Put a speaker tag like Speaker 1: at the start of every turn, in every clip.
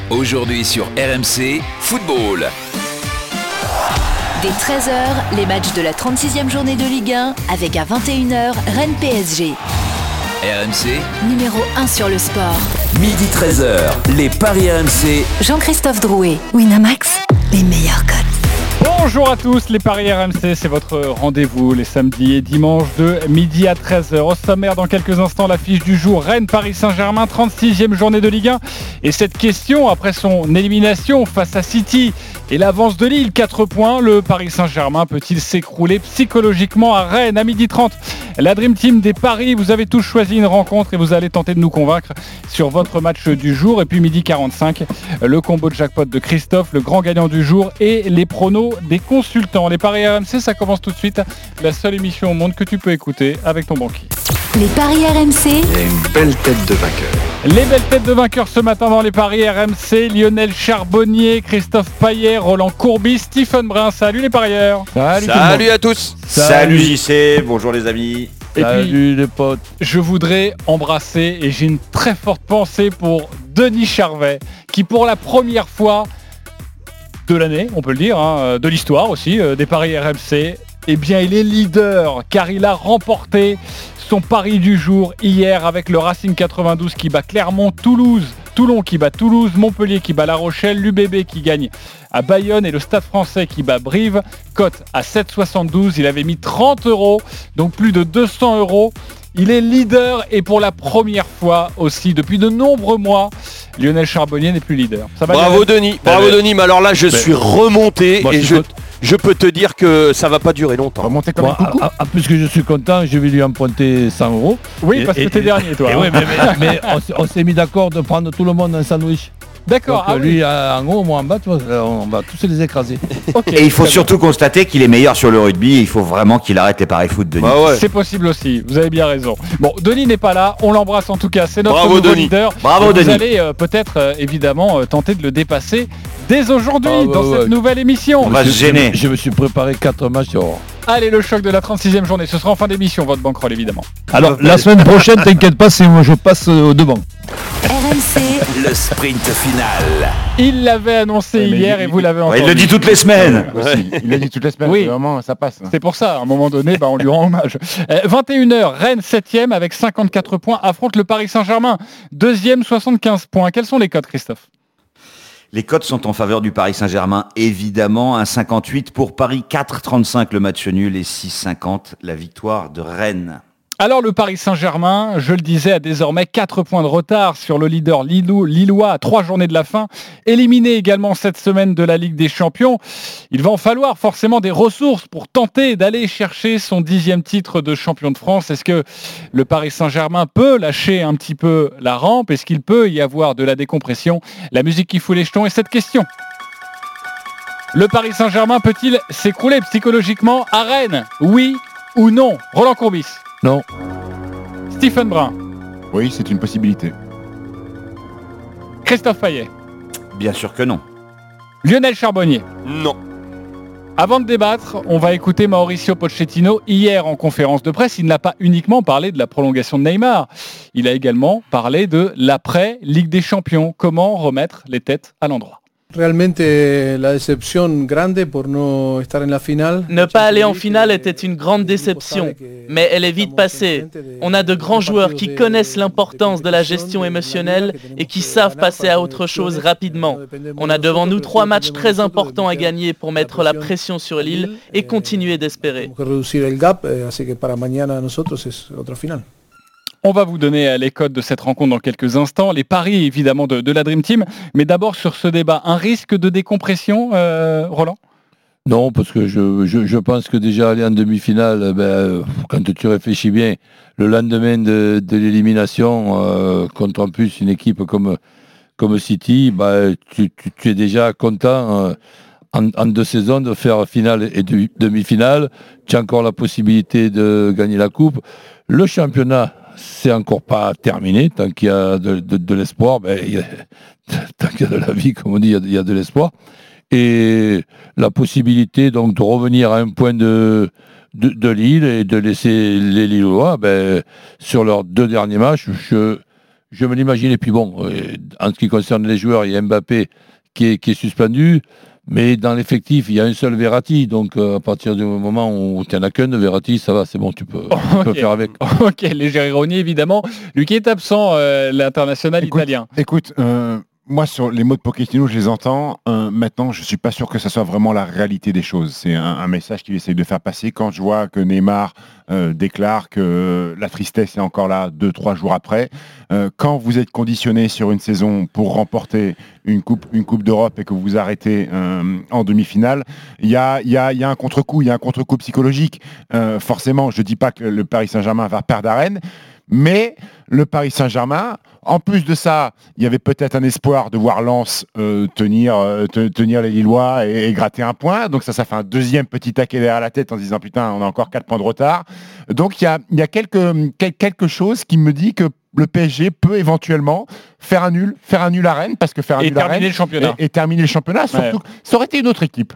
Speaker 1: Aujourd'hui sur RMC Football.
Speaker 2: Dès 13h, les matchs de la 36e journée de Ligue 1 avec à 21h Rennes PSG.
Speaker 1: RMC,
Speaker 2: Numéro 1 sur le sport.
Speaker 1: midi 13h, les paris RMC.
Speaker 2: Jean-Christophe Drouet, Winamax, les meilleurs cotes.
Speaker 3: Bonjour à tous, les paris RMC, c'est votre rendez-vous les samedis et dimanches de midi à 13h. Au sommaire, dans quelques instants, l'affiche du jour, Rennes-Paris Saint-Germain, 36e journée de Ligue 1. Et cette question, après son élimination face à City et l'avance de Lille, 4 points, le Paris Saint-Germain peut-il s'écrouler psychologiquement à Rennes à midi 30? La Dream Team des paris, vous avez tous choisi une rencontre et vous allez tenter de nous convaincre sur votre match du jour. Et puis midi 45, le combo de jackpot de Christophe, le grand gagnant du jour et les pronos des consultants. Les paris RMC, ça commence tout de suite. La seule émission au monde que tu peux écouter avec ton banquier.
Speaker 2: Les paris RMC.
Speaker 4: Il y a une belle tête de vainqueur.
Speaker 3: Les belles têtes de vainqueurs ce matin dans les paris RMC. Lionel Charbonnier, Christophe Payet, Roland Courbis, Stephen Brun. Salut les parieurs.
Speaker 5: Salut à tous. Salut JC, bonjour les amis.
Speaker 3: Et
Speaker 4: Salut
Speaker 3: puis,
Speaker 4: les potes.
Speaker 3: je voudrais embrasser, et j'ai une très forte pensée pour Denis Charvet, qui pour la première fois de l'année, on peut le dire, de l'histoire aussi, des paris RMC, eh bien il est leader, car il a remporté son pari du jour hier avec le Racing 92 qui bat Clermont, Toulon qui bat Toulouse, Montpellier qui bat La Rochelle, l'UBB qui gagne à Bayonne et le Stade Français qui bat Brive. Cote à 7,72, il avait mis 30 €, donc plus de 200 €. Il est leader et pour la première fois aussi depuis de nombreux mois, Lionel Charbonnier n'est plus leader. Ça va,
Speaker 5: Bravo
Speaker 3: Lionel
Speaker 5: Denis, mais alors là je suis remonté
Speaker 4: Moi,
Speaker 5: et je peux te dire que ça va pas durer longtemps.
Speaker 3: Remonter comme
Speaker 4: Bon,
Speaker 3: un coucou.
Speaker 4: plus que je suis content, je vais lui emprunter 100 €.
Speaker 3: Oui, parce que t'es dernier, toi.
Speaker 4: Et
Speaker 3: hein.
Speaker 4: oui, mais on s'est mis d'accord de prendre tout le monde un sandwich.
Speaker 3: D'accord.
Speaker 4: Donc, lui en haut, moi en bas, tu vois, on va tous les écraser.
Speaker 3: Ok,
Speaker 6: Et il faut
Speaker 3: très
Speaker 6: surtout constater qu'il est meilleur sur le rugby. Il faut vraiment qu'il arrête les paris foot, Denis.
Speaker 5: Bah
Speaker 3: bien.
Speaker 5: ouais.
Speaker 3: C'est possible aussi, vous avez bien raison. Bon, Denis n'est pas là, on l'embrasse en tout cas, c'est notre
Speaker 5: Bravo,
Speaker 3: nouveau
Speaker 5: Denis.
Speaker 3: leader.
Speaker 6: Bravo,
Speaker 3: Et vous
Speaker 6: Denis.
Speaker 3: allez peut-être évidemment tenter de le dépasser dès aujourd'hui
Speaker 4: Ah, ouais,
Speaker 3: dans cette
Speaker 4: ouais.
Speaker 3: nouvelle émission.
Speaker 6: On va se gêner.
Speaker 4: Je me suis préparé 4 matchs.
Speaker 3: Allez, le choc de la 36e journée, ce sera en fin d'émission, votre bankroll évidemment.
Speaker 4: Alors, la semaine prochaine, t'inquiète pas, c'est moi je passe au devant.
Speaker 2: RMC,
Speaker 1: Le sprint final.
Speaker 3: Il l'avait annoncé
Speaker 7: mais
Speaker 3: hier et vous l'avez entendu.
Speaker 6: Il le dit toutes les semaines.
Speaker 7: Il l'a dit toutes les semaines,
Speaker 3: Oui.
Speaker 7: vraiment, ça passe.
Speaker 3: C'est pour ça, à un moment donné, on lui rend hommage. 21h, Rennes 7e avec 54 points, affronte le Paris Saint-Germain, 2e 75 points. Quels sont les codes, Christophe?
Speaker 6: Les cotes sont en faveur du Paris Saint-Germain, évidemment. 1,58 pour Paris, 4,35 le match nul et 6,50 la victoire de Rennes.
Speaker 3: Alors le Paris Saint-Germain, je le disais, a désormais 4 points de retard sur le leader lillois à 3 journées de la fin. Éliminé également cette semaine de la Ligue des Champions, il va en falloir forcément des ressources pour tenter d'aller chercher son 10e titre de champion de France. Est-ce que le Paris Saint-Germain peut lâcher un petit peu la rampe? Est-ce qu'il peut y avoir de la décompression? La musique qui fout les jetons est cette question. Le Paris Saint-Germain peut-il s'écrouler psychologiquement à Rennes? Oui ou non? Roland Courbis.
Speaker 4: Non.
Speaker 3: Stephen Brun.
Speaker 7: Oui, c'est une possibilité.
Speaker 3: Christophe Payet.
Speaker 6: Bien sûr que non.
Speaker 3: Lionel Charbonnier.
Speaker 5: Non.
Speaker 3: Avant de débattre, on va écouter Mauricio Pochettino. Hier, en conférence de presse, il n'a pas uniquement parlé de la prolongation de Neymar. Il a également parlé de l'après-Ligue des Champions. Comment remettre les têtes à l'endroit?
Speaker 8: Realmente la decepción grande por no estar en la final.
Speaker 9: Ne pas aller en finale était une grande déception, mais elle est vite passée. On a de grands joueurs qui connaissent l'importance de la gestion émotionnelle et qui savent passer à autre chose rapidement. On a devant nous 3 matchs très importants à gagner pour mettre la pression sur Lille et continuer d'espérer.
Speaker 8: Reducir el gap, así que para mañana nosotros es otra final.
Speaker 3: On va vous donner les codes de cette rencontre dans quelques instants, les paris évidemment de la Dream Team, mais d'abord sur ce débat, un risque de décompression, Roland?
Speaker 4: Non, parce que je pense que déjà aller en demi-finale, quand tu réfléchis bien, le lendemain de l'élimination, contre en plus une équipe comme City, tu es déjà content en 2 saisons de faire finale et demi-finale. Tu as encore la possibilité de gagner la coupe. Le championnat, c'est encore pas terminé. Tant qu'il y a de l'espoir, tant qu'il y a de la vie, comme on dit, il y a de l'espoir. Et la possibilité donc de revenir à un point de Lille et de laisser les Lillois sur leurs 2 derniers matchs. Je me l'imagine. Et puis bon, en ce qui concerne les joueurs, il y a Mbappé qui est suspendu. Mais dans l'effectif, il y a un seul Verratti. Donc à partir du moment où tu n'en as qu'un de Verratti, ça va, c'est bon, tu peux faire avec.
Speaker 3: Ok, léger ironie évidemment. Lui qui est absent, l'international italien.
Speaker 7: Écoute, moi sur les mots de Pochettino, je les entends. Maintenant, je suis pas sûr que ça soit vraiment la réalité des choses. C'est un message qu'il essaye de faire passer. Quand je vois que Neymar déclare que la tristesse est encore là 2-3 jours après. Quand vous êtes conditionné sur une saison pour remporter une coupe d'Europe et que vous arrêtez en demi-finale, il y a un contre-coup, il y a un contre-coup psychologique. Forcément, je dis pas que le Paris Saint-Germain va perdre à Rennes, mais le Paris Saint-Germain, en plus de ça, il y avait peut-être un espoir de voir Lens tenir les Lillois et gratter un point. Donc ça fait un deuxième petit taquet derrière la tête en se disant putain, on a encore 4 points de retard. Donc il y a quelque chose qui me dit que le PSG peut éventuellement faire un nul à Rennes, parce que faire un nul à Rennes et terminer le championnat. Surtout, ça aurait été une autre équipe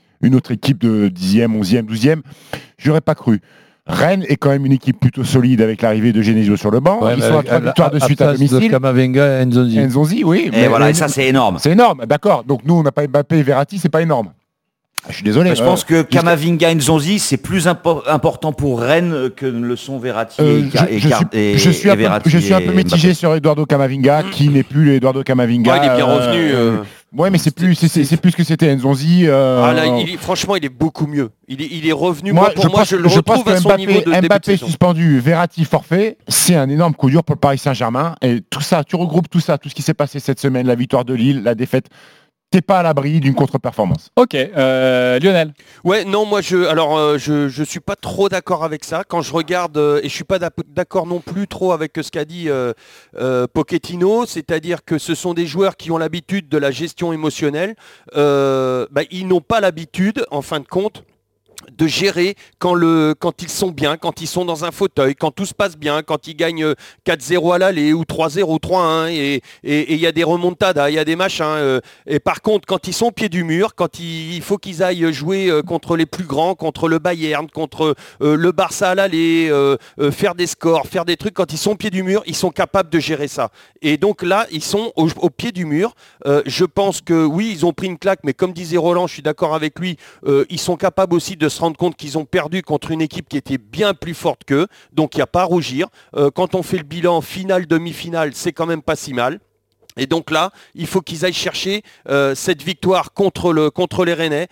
Speaker 7: de 10e, 11e, 12e, j'aurais pas cru. Rennes est quand même une équipe plutôt solide avec l'arrivée de Genesio sur le banc. Ils sont à 3 victoires de suite à domicile.
Speaker 4: De Camavinga et
Speaker 7: Nzonzi, oui.
Speaker 6: Et ça c'est énorme.
Speaker 7: C'est énorme, d'accord. Donc nous, on n'a pas Mbappé et Verratti, c'est pas énorme. Je suis désolé.
Speaker 6: Je pense que Camavinga et Nzonzi, c'est plus important pour Rennes que ne le sont Verratti et
Speaker 7: je suis un peu mitigé sur Eduardo Camavinga, qui n'est plus le Eduardo Camavinga.
Speaker 10: Il est bien revenu.
Speaker 7: Ouais, mais c'est plus ce que c'était Nzonzi.
Speaker 10: Franchement, il est beaucoup mieux. Il est revenu. Je le
Speaker 7: je pense
Speaker 10: retrouve à son niveau de
Speaker 7: Mbappé suspendu, Verratti forfait, c'est un énorme coup dur pour le Paris Saint-Germain. Et tout ça, tu regroupes tout ça, tout ce qui s'est passé cette semaine, la victoire de Lille, la défaite. T'es pas à l'abri d'une contre-performance.
Speaker 3: Ok, Lionel.
Speaker 10: Ouais, non, moi je suis pas trop d'accord avec ça. Quand je regarde, et je suis pas d'accord non plus trop avec ce qu'a dit Pochettino, c'est-à-dire que ce sont des joueurs qui ont l'habitude de la gestion émotionnelle. Ils n'ont pas l'habitude, en fin de compte, de gérer quand ils sont bien, quand ils sont dans un fauteuil, quand tout se passe bien, quand ils gagnent 4-0 à l'aller ou 3-0 ou 3-1 et il y a des remontadas, il y a des machins. Et par contre, quand ils sont au pied du mur, quand il faut qu'ils aillent jouer contre les plus grands, contre le Bayern, contre le Barça à l'aller, faire des scores, faire des trucs, quand ils sont au pied du mur, ils sont capables de gérer ça. Et donc là, ils sont au pied du mur. Je pense que oui, ils ont pris une claque, mais comme disait Roland, je suis d'accord avec lui, ils sont capables aussi de se rendre compte qu'ils ont perdu contre une équipe qui était bien plus forte qu'eux, donc il n'y a pas à rougir. Quand on fait le bilan finale, demi-finale, c'est quand même pas si mal. Et donc là, il faut qu'ils aillent chercher cette victoire contre les Rennais.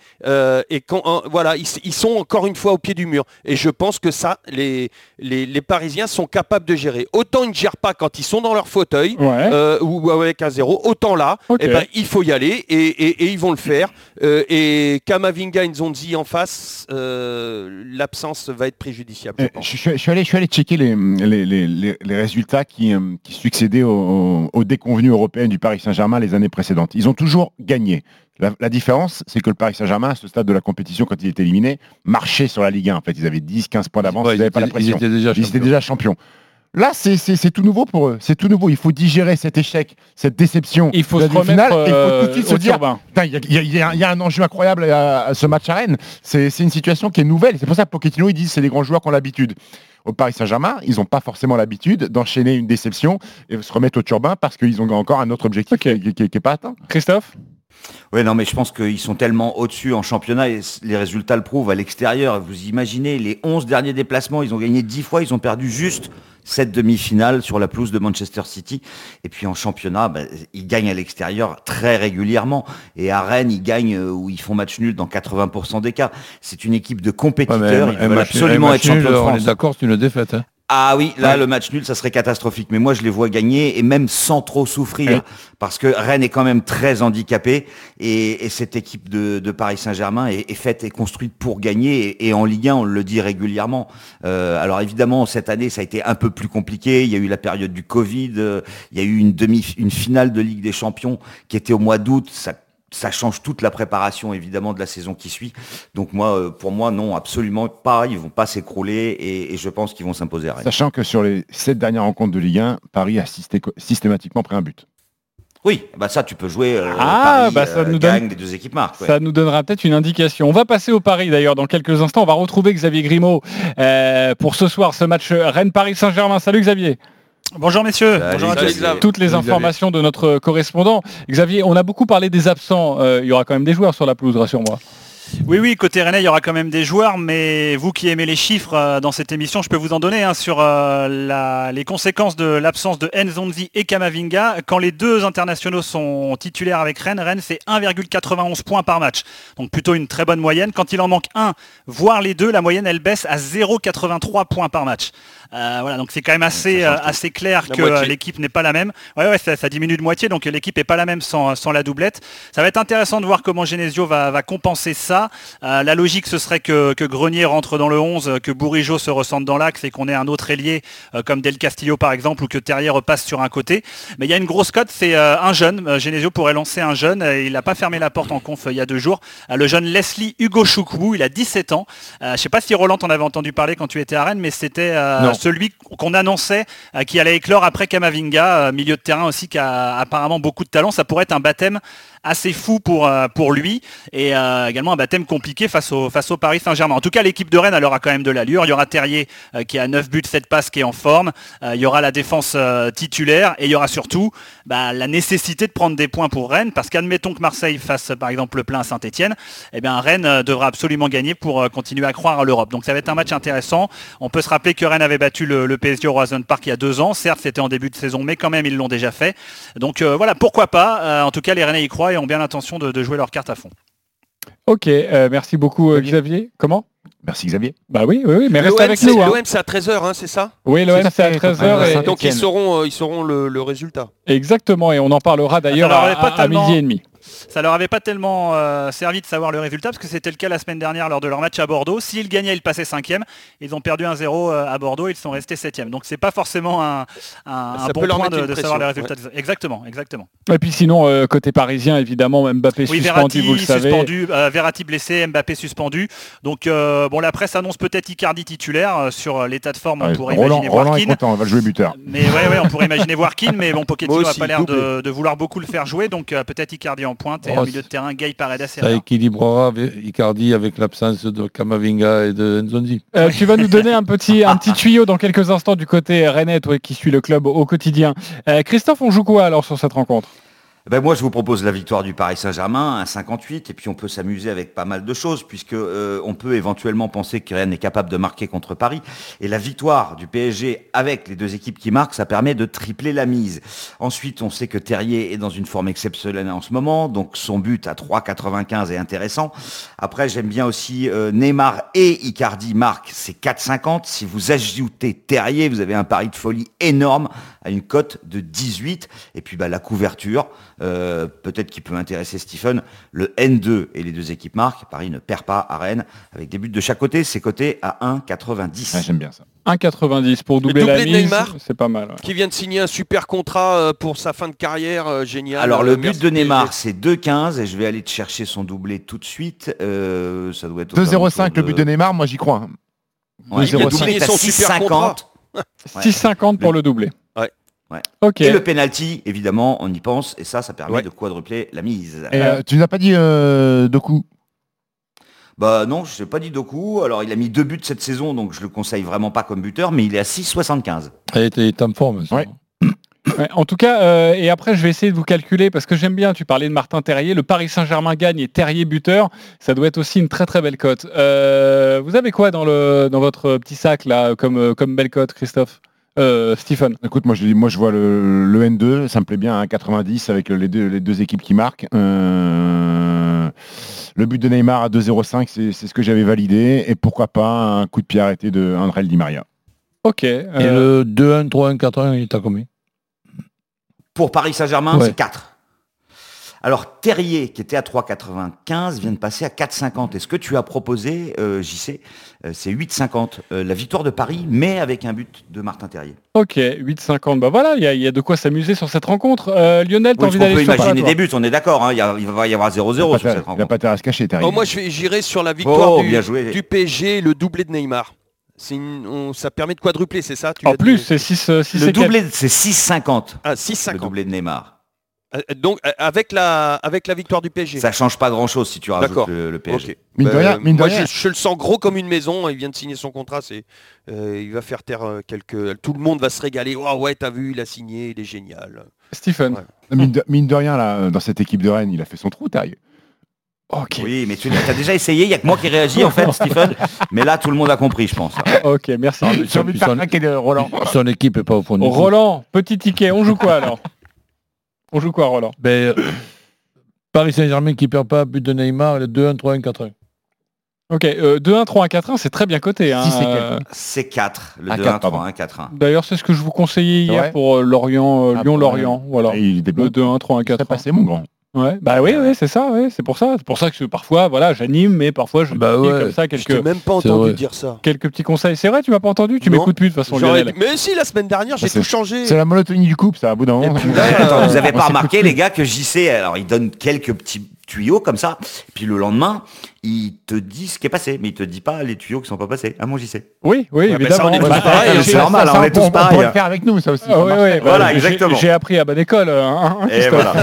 Speaker 10: Ils sont encore une fois au pied du mur. Et je pense que ça, les Parisiens sont capables de gérer. Autant ils ne gèrent pas quand ils sont dans leur fauteuil ou avec un 0, autant là, il faut y aller et ils vont le faire. Et Camavinga et Nzonzi en face, l'absence va être préjudiciable.
Speaker 7: Je suis allé checker les résultats qui succédaient aux déconvenus européens du Paris Saint-Germain les années précédentes. Ils ont toujours gagné. La différence, c'est que le Paris Saint-Germain, à ce stade de la compétition, quand il était éliminé, marchait sur la Ligue 1. En fait, ils avaient 10-15 points d'avance, ils n'avaient pas la pression. Ils étaient déjà champions. Là, c'est tout nouveau pour eux. C'est tout nouveau. Il faut digérer cet échec, cette déception.
Speaker 3: Il faut se remettre
Speaker 7: il faut tout de suite se dire, il y a un enjeu incroyable à ce match à Rennes. C'est une situation qui est nouvelle. C'est pour ça que Pochettino, il dit que c'est des grands joueurs qui ont l'habitude. Au Paris Saint-Germain, ils n'ont pas forcément l'habitude d'enchaîner une déception et se remettre au turbin parce qu'ils ont encore un autre objectif qui n'est pas atteint.
Speaker 3: Christophe ?
Speaker 6: Oui, non, mais je pense qu'ils sont tellement au-dessus en championnat et les résultats le prouvent à l'extérieur. Vous imaginez, les 11 derniers déplacements, ils ont gagné 10 fois, ils ont perdu juste cette demi-finale sur la pelouse de Manchester City. Et puis en championnat, ils gagnent à l'extérieur très régulièrement. Et à Rennes, ils gagnent où ils font match nul dans 80% des cas. C'est une équipe de compétiteurs. Ils veulent absolument être champions de France.
Speaker 4: On est d'accord, c'est une défaite. Hein.
Speaker 6: Ah oui, là, le match nul, ça serait catastrophique. Mais moi, je les vois gagner et même sans trop souffrir. Parce que Rennes est quand même très handicapé. Et cette équipe de Paris Saint-Germain est faite et construite pour gagner. Et en Ligue 1, on le dit régulièrement. Alors évidemment, cette année, ça a été un peu plus compliqué. Il y a eu la période du Covid. Il y a eu une finale de Ligue des Champions qui était au mois d'août. Ça change toute la préparation, évidemment, de la saison qui suit. Donc pour moi, non, absolument pas. Ils vont pas s'écrouler et je pense qu'ils vont s'imposer à Rennes.
Speaker 7: Sachant que sur les 7 dernières rencontres de Ligue 1, Paris a systématiquement pris un but.
Speaker 6: Oui, ça tu peux jouer. Paris, ça nous gagne, les deux équipes marquent.
Speaker 3: Ça nous donnera peut-être une indication. On va passer au Paris d'ailleurs dans quelques instants. On va retrouver Xavier Grimaud pour ce soir, ce match Rennes-Paris Saint-Germain. Salut Xavier.
Speaker 11: Bonjour messieurs.
Speaker 6: Salut,
Speaker 11: Bonjour à tous.
Speaker 6: Xavier.
Speaker 3: Toutes les
Speaker 4: Xavier.
Speaker 3: informations de notre correspondant. Xavier, on a beaucoup parlé des absents. Il y aura quand même des joueurs sur la pelouse, rassure-moi.
Speaker 11: Oui, côté Rennais, il y aura quand même des joueurs, mais vous qui aimez les chiffres dans cette émission, je peux vous en donner sur les conséquences de l'absence de Nzonzi et Kamavinga. Quand les deux internationaux sont titulaires avec Rennes, c'est 1,91 points par match. Donc plutôt une très bonne moyenne. Quand il en manque un, voire les deux, la moyenne elle baisse à 0,83 points par match. Voilà, donc c'est quand même assez clair que l'équipe n'est pas la même. Ouais, ça diminue de moitié, donc l'équipe n'est pas la même sans la doublette. Ça va être intéressant de voir comment Genesio va compenser ça. La logique, ce serait que Grenier rentre dans le 11, que Bourigeaud se ressente dans l'axe et qu'on ait un autre ailier comme Del Castillo par exemple, ou que Terrier repasse sur un côté. Mais il y a une grosse cote, c'est un jeune. Genesio pourrait lancer un jeune. Il n'a pas fermé la porte en conf il y a 2 jours. Le jeune Leslie Hugo Choukwou, il a 17 ans. Je ne sais pas si Roland t'en avait entendu parler quand tu étais à Rennes, mais c'était celui qu'on annonçait qui allait éclore après Kamavinga, milieu de terrain aussi qui a apparemment beaucoup de talent. Ça pourrait être un baptême assez fou pour lui et également un baptême compliqué face au Paris Saint-Germain. En tout cas, l'équipe de Rennes elle aura quand même de l'allure. Il y aura Terrier qui a 9 buts, 7 passes, qui est en forme. Il y aura la défense titulaire et il y aura surtout la nécessité de prendre des points pour Rennes parce qu'admettons que Marseille fasse par exemple le plein à Saint-Etienne, Rennes devra absolument gagner pour continuer à croire à l'Europe. Donc ça va être un match intéressant. On peut se rappeler que Rennes avait battu le PSG au Roison Park il y a 2 ans. Certes, c'était en début de saison, mais quand même, ils l'ont déjà fait. Donc voilà, pourquoi pas. En tout cas, les Rennais y croient et ont bien l'intention de jouer leur carte à fond.
Speaker 3: Ok, merci beaucoup Xavier. Comment ?
Speaker 7: Merci Xavier.
Speaker 3: Bah oui, mais reste avec nous.
Speaker 10: L'OM c'est à 13h, c'est ça ?
Speaker 3: Oui, l'OM c'est à 13h.
Speaker 10: Donc ils sauront le résultat.
Speaker 3: Exactement, et on en parlera d'ailleurs à midi et demi.
Speaker 11: Ça leur avait pas tellement servi de savoir le résultat parce que c'était le cas la semaine dernière lors de leur match à Bordeaux. S'ils gagnaient, ils passaient 5e. Ils ont perdu 1-0 à Bordeaux, ils sont restés 7e. Donc c'est pas forcément un bon point de savoir le résultat. Ouais. Exactement.
Speaker 3: Et puis sinon, côté parisien, évidemment, Mbappé suspendu,
Speaker 11: Verratti,
Speaker 3: vous le savez.
Speaker 11: Suspendu, Verratti blessé, Mbappé suspendu. Donc la presse annonce peut-être Icardi titulaire. Sur l'état de forme, on pourrait imaginer
Speaker 7: Roland est
Speaker 11: Warkin.
Speaker 7: content, on va jouer buteur.
Speaker 11: Mais on pourrait imaginer Warkin, mais bon, Pochettino n'a pas l'air de vouloir beaucoup le faire jouer. Donc peut-être Icardi en pointe et au milieu de terrain, Gay Paredes et
Speaker 4: ça équilibrera Icardi avec l'absence de Kamavinga et de Nzonzi.
Speaker 3: Tu vas nous donner un petit tuyau dans quelques instants du côté rennais, toi qui suis le club au quotidien. Christophe, on joue quoi alors sur cette rencontre ?
Speaker 6: Moi, je vous propose la victoire du Paris Saint-Germain, 1,58, et puis on peut s'amuser avec pas mal de choses, puisque on peut éventuellement penser que Rennes est capable de marquer contre Paris. Et la victoire du PSG avec les deux équipes qui marquent, ça permet de tripler la mise. Ensuite, on sait que Terrier est dans une forme exceptionnelle en ce moment, donc son but à 3,95 est intéressant. Après, j'aime bien aussi Neymar et Icardi marquent, c'est 4,50. Si vous ajoutez Terrier, vous avez un pari de folie énorme à une cote de 18. Et puis la couverture, peut-être qui peut intéresser Stephen, le N2 et les deux équipes marquent. Paris ne perd pas à Rennes avec des buts de chaque côté. C'est coté à 1,90.
Speaker 7: J'aime bien ça.
Speaker 3: 1,90 pour doubler la mise.
Speaker 10: Neymar,
Speaker 3: c'est pas mal. Ouais.
Speaker 10: Qui vient de signer un super contrat pour sa fin de carrière, génial.
Speaker 6: Alors le but de Neymar, c'est 2,15 et je vais aller te chercher son doublé tout de suite. Ça doit être
Speaker 7: 2,05 le but de Neymar, moi j'y crois.
Speaker 6: Ouais, il a doublé son super contrat.
Speaker 3: 6,50 pour le doublé.
Speaker 6: Ouais.
Speaker 3: Okay.
Speaker 6: Et le penalty, évidemment, on y pense, et ça permet de quadrupler la mise.
Speaker 7: Et tu n'as pas dit Doku ?
Speaker 6: Non, je n'ai pas dit Doku. Alors, il a mis 2 buts cette saison, donc je le conseille vraiment pas comme buteur, mais il est à 6,75.
Speaker 4: Il est en forme.
Speaker 3: Ouais. Ouais, en tout cas, et après je vais essayer de vous calculer parce que j'aime bien, tu parlais de Martin Terrier, le Paris Saint-Germain gagne et Terrier buteur, ça doit être aussi une très très belle cote. Vous avez quoi dans votre petit sac là comme belle cote, Christophe? Stephen.
Speaker 7: Écoute, moi je vois le N2, ça me plaît bien à 90 avec les deux équipes qui marquent. Le but de Neymar à 2,05, c'est ce que j'avais validé. Et pourquoi pas un coup de pied arrêté de André Di Maria.
Speaker 3: Ok.
Speaker 4: Et le 2-1, 3-1, 4-1, il est à combien?
Speaker 6: Pour Paris Saint-Germain, c'est 4. Alors Terrier, qui était à 3,95, vient de passer à 4,50. Et ce que tu as proposé, JC, c'est 8,50. La victoire de Paris, mais avec un but de Martin Terrier.
Speaker 3: Ok, 8,50. Bah voilà, il y a de quoi s'amuser sur cette rencontre. Lionel, t'as envie
Speaker 6: d'aller
Speaker 3: sur
Speaker 6: On peut imaginer des buts, on est d'accord. Hein, il va y avoir 0-0 sur cette rencontre.
Speaker 7: Il n'a pas intérêt à se cacher, Terrier.
Speaker 10: Moi, j'irai sur la victoire du PSG, le doublé de Neymar. Ça permet de quadrupler, c'est ça?
Speaker 3: En plus, c'est 6.
Speaker 6: Le doublé, c'est 6,50.
Speaker 10: Ah, 6,50.
Speaker 6: Le doublé de Neymar.
Speaker 10: Donc avec la victoire du PSG.
Speaker 6: Ça change pas grand-chose si tu rajoutes le PSG.
Speaker 10: Okay. Mine de rien, je le sens gros comme une maison. Il vient de signer son contrat. Il va faire taire tout le monde va se régaler. Oh ouais, t'as vu, il a signé, il est génial.
Speaker 3: Stephen.
Speaker 7: Ouais. Mine de rien, là, dans cette équipe de Rennes, il a fait son trou, Taille.
Speaker 6: Okay. Oui, mais tu as déjà essayé, il n'y a que moi qui réagis en fait, Stephen. Mais là, tout le monde a compris, je pense.
Speaker 3: Ok, merci.
Speaker 4: Roland. Son équipe n'est pas au fond du
Speaker 3: Roland, petit ticket, on joue quoi alors? On joue quoi, Roland?
Speaker 4: Paris Saint-Germain qui perd pas, but de Neymar, le 2-1, 3-1, 4-1.
Speaker 3: Ok, 2-1, 3-1, 4-1, c'est très bien coté. Hein.
Speaker 6: C'est 4, le 2-1, 3-1, 4-1.
Speaker 3: D'ailleurs, c'est ce que je vous conseillais hier pour Lyon-Lorient. Voilà. Le 2-1, 3-1, 4-1.
Speaker 7: C'est passé, mon grand.
Speaker 3: Ouais, bah oui, c'est ça, c'est pour ça. C'est pour ça que parfois, voilà, j'anime, mais parfois je dis comme ça quelques.
Speaker 10: Je t'ai même pas entendu dire ça.
Speaker 3: Quelques petits conseils. C'est vrai, tu m'as pas entendu, tu m'écoutes plus de toute façon.
Speaker 10: Mais si, la semaine dernière, j'ai tout changé.
Speaker 7: C'est la monotonie du couple, ça, à bout d'un moment.
Speaker 6: Attends, vous avez pas remarqué, les gars, que JC, alors il donne quelques petits tuyaux comme ça, puis le lendemain, il te dit ce qui est passé, mais il te dit pas les tuyaux qui sont pas passés. Ah, mon JC.
Speaker 3: Oui, évidemment.
Speaker 6: C'est normal, on est tous pareils.
Speaker 7: On peut le faire avec nous, ça aussi.
Speaker 6: Voilà, exactement.
Speaker 3: J'ai appris à bonne école.
Speaker 6: Et voilà.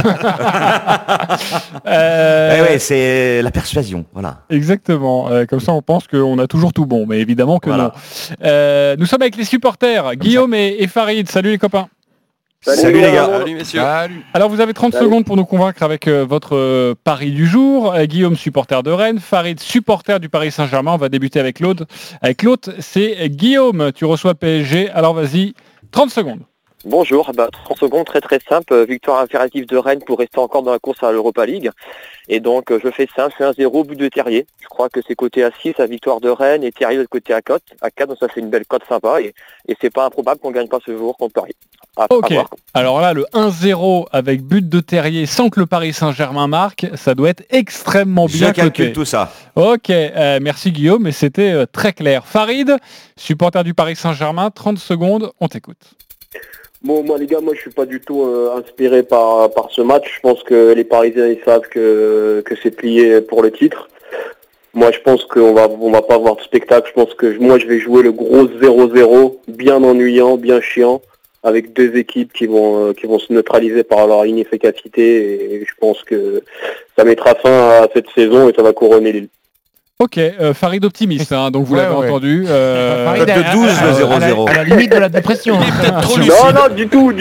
Speaker 6: Oui, c'est la persuasion, voilà.
Speaker 3: Exactement. Comme ça, on pense qu'on a toujours tout bon, mais évidemment que non. Nous sommes avec les supporters, Guillaume et Farid. Salut les copains.
Speaker 6: Salut les gars.
Speaker 10: Salut messieurs.
Speaker 3: Alors vous avez 30 secondes pour nous convaincre avec votre pari du jour. Guillaume, supporter de Rennes. Farid, supporter du Paris Saint-Germain. On va débuter avec l'autre. C'est Guillaume. Tu reçois PSG. Alors vas-y, 30 secondes.
Speaker 12: Bonjour, 30 secondes, très simple. Victoire impérative de Rennes pour rester encore dans la course à l'Europa League. Et donc je fais simple, je fais 1-0, but de Terrier. Je crois que c'est côté à 6, la victoire de Rennes, et Terrier de côté à 4, donc ça fait une belle cote sympa. Et c'est pas improbable qu'on gagne pas ce jour contre Paris.
Speaker 3: Ok, alors là le 1-0 avec but de Terrier sans que le Paris Saint-Germain marque, ça doit être extrêmement bien coté.
Speaker 6: Je calcule tout ça.
Speaker 3: Ok, merci Guillaume, mais c'était très clair. Farid, supporter du Paris Saint-Germain, 30 secondes, on t'écoute.
Speaker 12: Bon, moi les gars, je suis pas du tout inspiré par ce match. Je pense que les Parisiens ils savent que c'est plié pour le titre. Moi je pense qu'on va pas avoir de spectacle. Je pense que je vais jouer le gros 0-0, bien ennuyant, bien chiant, avec deux équipes qui vont se neutraliser par leur inefficacité. Et je pense que ça mettra fin à cette saison et ça va couronner Lille.
Speaker 3: Ok, Farid optimiste, donc vous l'avez entendu.
Speaker 6: Farid de 12, le 0-0.
Speaker 7: À la limite de la dépression.
Speaker 12: Non, du tout.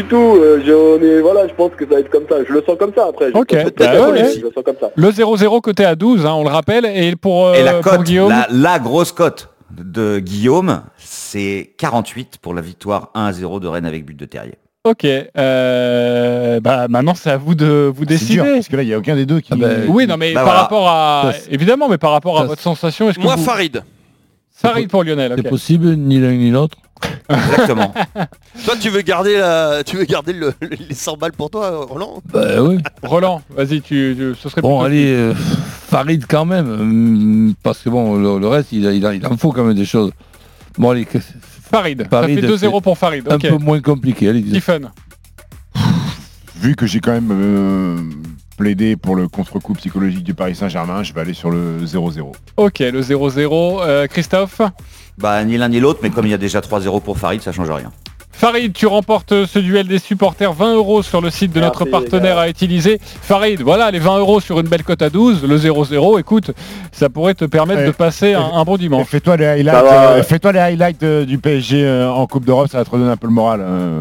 Speaker 12: Je pense que ça va être comme ça. Je le sens comme ça après.
Speaker 3: Ok,
Speaker 12: je le sens comme ça.
Speaker 3: Le 0-0 coté à 12, on le rappelle. Et pour
Speaker 6: la cote,
Speaker 3: Guillaume,
Speaker 6: la grosse cote de Guillaume, c'est 48 pour la victoire 1-0 de Rennes avec but de Terrier.
Speaker 3: Ok, maintenant c'est à vous de vous décider.
Speaker 7: Dur, parce que là il n'y a aucun des deux qui.
Speaker 3: Oui, non mais par rapport à évidemment, mais par rapport à votre sensation, est-ce que
Speaker 10: Farid.
Speaker 3: Farid pour Lionel.
Speaker 4: C'est possible, ni l'un ni l'autre.
Speaker 6: Exactement.
Speaker 10: Toi tu veux garder les 100 balles pour toi, Roland?
Speaker 4: Oui.
Speaker 3: Roland, vas-y, ce serait
Speaker 4: bon. Allez, Farid quand même, parce que bon, le reste il en faut quand même des choses. Bon allez.
Speaker 3: Farid, ça fait 2-0 pour Farid.
Speaker 4: Un peu moins compliqué, allez.
Speaker 3: Stephen.
Speaker 7: Vu que j'ai quand même plaidé pour le contre-coup psychologique du Paris Saint-Germain, je vais aller sur le 0-0.
Speaker 3: Ok, le 0-0. Christophe?
Speaker 6: Ni l'un ni l'autre, mais comme il y a déjà 3-0 pour Farid, ça change rien.
Speaker 3: Farid, tu remportes ce duel des supporters, 20 € sur le site de notre partenaire à utiliser. Farid, voilà, les 20 € sur une belle cote à 12, le 0-0, écoute, ça pourrait te permettre de passer un bon dimanche.
Speaker 7: Fais-toi les highlights, du PSG en Coupe d'Europe, ça va te redonner un peu le moral.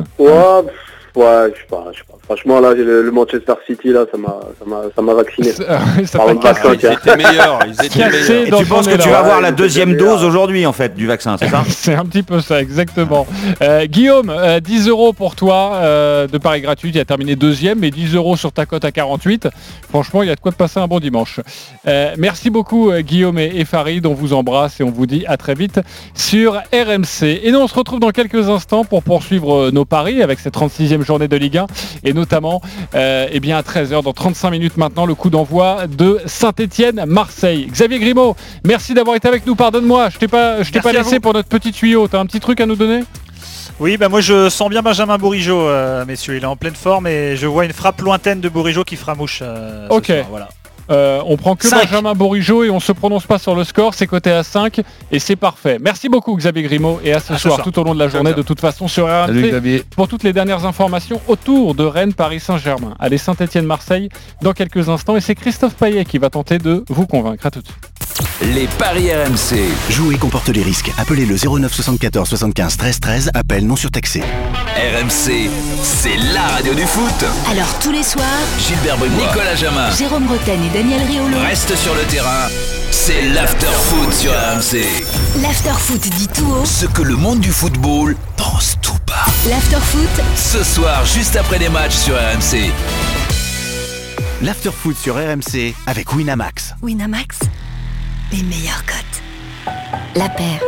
Speaker 12: Ouais, je sais pas. Franchement, là, le Manchester City, là, ça m'a vacciné.
Speaker 10: Ils étaient meilleurs.
Speaker 6: Et tu penses que tu vas avoir la deuxième dose aujourd'hui, en fait, du vaccin, c'est ça?
Speaker 3: C'est un petit peu ça, exactement. Guillaume, 10 € pour toi de paris gratuit. Tu as terminé deuxième, mais 10 € sur ta cote à 48. Franchement, il y a de quoi te passer un bon dimanche. Merci beaucoup, Guillaume et Farid. On vous embrasse et on vous dit à très vite sur RMC. Et nous, on se retrouve dans quelques instants pour poursuivre nos paris avec cette 36e journée de Ligue 1 et notamment à 13h, dans 35 minutes maintenant, le coup d'envoi de Saint-Étienne-Marseille. Xavier Grimaud, merci d'avoir été avec nous. Pardonne-moi, je t'ai pas laissé pour notre petit tuyau. T'as un petit truc à nous donner?
Speaker 11: Oui, moi je sens bien Benjamin Bourigeaud, messieurs. Il est en pleine forme et je vois une frappe lointaine de Bourigeaud qui fera mouche.
Speaker 3: Ok.
Speaker 11: Soir, voilà.
Speaker 3: On prend que
Speaker 11: 5.
Speaker 3: Benjamin Bourigeaud et on se prononce pas sur le score. C'est coté à 5 et c'est parfait. Merci beaucoup Xavier Grimaud et à ce soir tout au long de la journée de toute façon sur RMC pour toutes les dernières informations autour de Rennes, Paris Saint-Germain. Allez, Saint-Etienne-Marseille dans quelques instants et c'est Christophe Payet qui va tenter de vous convaincre. À tout de suite.
Speaker 1: Les paris RMC.
Speaker 13: Jouer comporte les risques. Appelez le 09 74 75 13 13. Appel non surtaxé.
Speaker 1: RMC, c'est la radio du foot.
Speaker 2: Alors tous les soirs,
Speaker 1: Gilbert Bribois, Nicolas Jamin,
Speaker 2: Jérôme Bretagne et Daniel Riolo
Speaker 1: reste sur le terrain. C'est l'after-foot sur RMC.
Speaker 2: L'after-foot dit tout haut
Speaker 1: Ce que le monde du football pense tout bas.
Speaker 2: L'after-foot,
Speaker 1: Ce soir, juste après les matchs sur RMC.
Speaker 13: L'afterfoot sur RMC avec Winamax.
Speaker 14: Winamax, les meilleures cotes. La paire.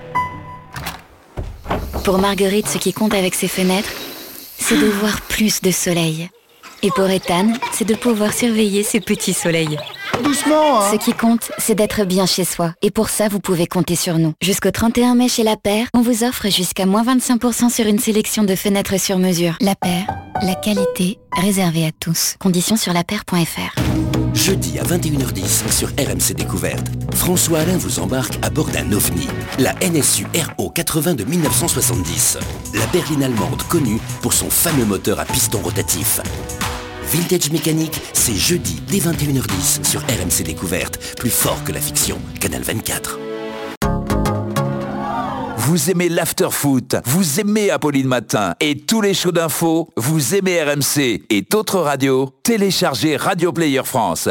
Speaker 14: Pour Marguerite, ce qui compte avec ses fenêtres, c'est de voir plus de soleil. Et pour Ethan, c'est de pouvoir surveiller ses petits soleils.
Speaker 15: Doucement, hein.
Speaker 14: Ce qui compte, c'est d'être bien chez soi. Et pour ça, vous pouvez compter sur nous. Jusqu'au 31 mai chez La Paire, on vous offre jusqu'à moins 25% sur une sélection de fenêtres sur mesure. La Paire, la qualité réservée à tous. Conditions sur lapaire.fr.
Speaker 16: Jeudi à 21h10 sur RMC Découverte, François Alain vous embarque à bord d'un OVNI, la NSU RO 80 de 1970. La berline allemande connue pour son fameux moteur à piston rotatif. Vintage Mécanique, c'est jeudi dès 21h10 sur RMC Découverte, plus fort que la fiction, Canal 24.
Speaker 1: Vous aimez l'after-foot, vous aimez Apolline Matin et tous les shows d'infos, vous aimez RMC et d'autres radios, téléchargez Radio Player France.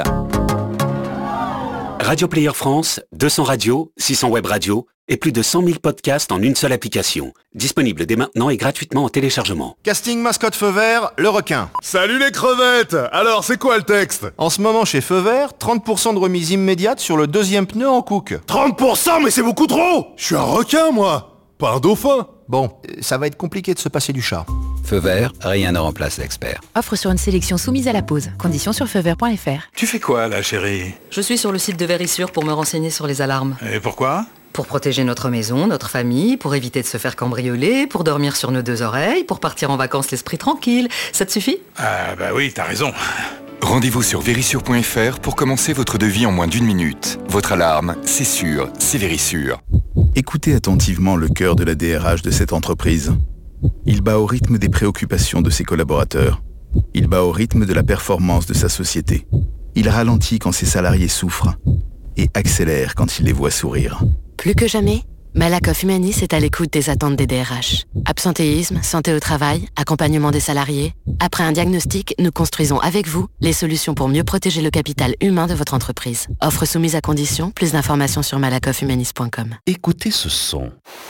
Speaker 17: Radio Player France, 200 radios, 600 web radios et plus de 100 000 podcasts en une seule application. Disponible dès maintenant et gratuitement en téléchargement.
Speaker 18: Casting mascotte Feu Vert, le requin. Salut les crevettes. Alors c'est quoi le texte? En ce moment chez Feu Vert, 30% de remise immédiate sur le deuxième pneu en Cook. 30%, mais c'est beaucoup trop. Je suis un requin moi, pas un dauphin. Bon, ça va être compliqué de se passer du chat.
Speaker 19: Feu Vert, rien ne remplace l'expert.
Speaker 20: Offre sur une sélection soumise à la pause. Conditions sur feuvert.fr.
Speaker 21: Tu fais quoi là, chérie?
Speaker 22: Je suis sur le site de Vérissure pour me renseigner sur les alarmes.
Speaker 21: Et pourquoi?
Speaker 22: Pour protéger notre maison, notre famille, pour éviter de se faire cambrioler, pour dormir sur nos deux oreilles, pour partir en vacances l'esprit tranquille. Ça te suffit?
Speaker 21: Ah bah oui, t'as raison.
Speaker 23: Rendez-vous sur Vérissure.fr pour commencer votre devis en moins d'1 minute. Votre alarme, c'est sûr, c'est Vérissure.
Speaker 24: Écoutez attentivement le cœur de la DRH de cette entreprise. Il bat au rythme des préoccupations de ses collaborateurs. Il bat au rythme de la performance de sa société. Il ralentit quand ses salariés souffrent et accélère quand il les voit sourire.
Speaker 25: Plus que jamais, Malakoff Humanis est à l'écoute des attentes des DRH. Absentéisme, santé au travail, accompagnement des salariés. Après un diagnostic, nous construisons avec vous les solutions pour mieux protéger le capital humain de votre entreprise. Offre soumise à conditions, plus d'informations sur malakofhumanis.com.
Speaker 17: Écoutez ce son.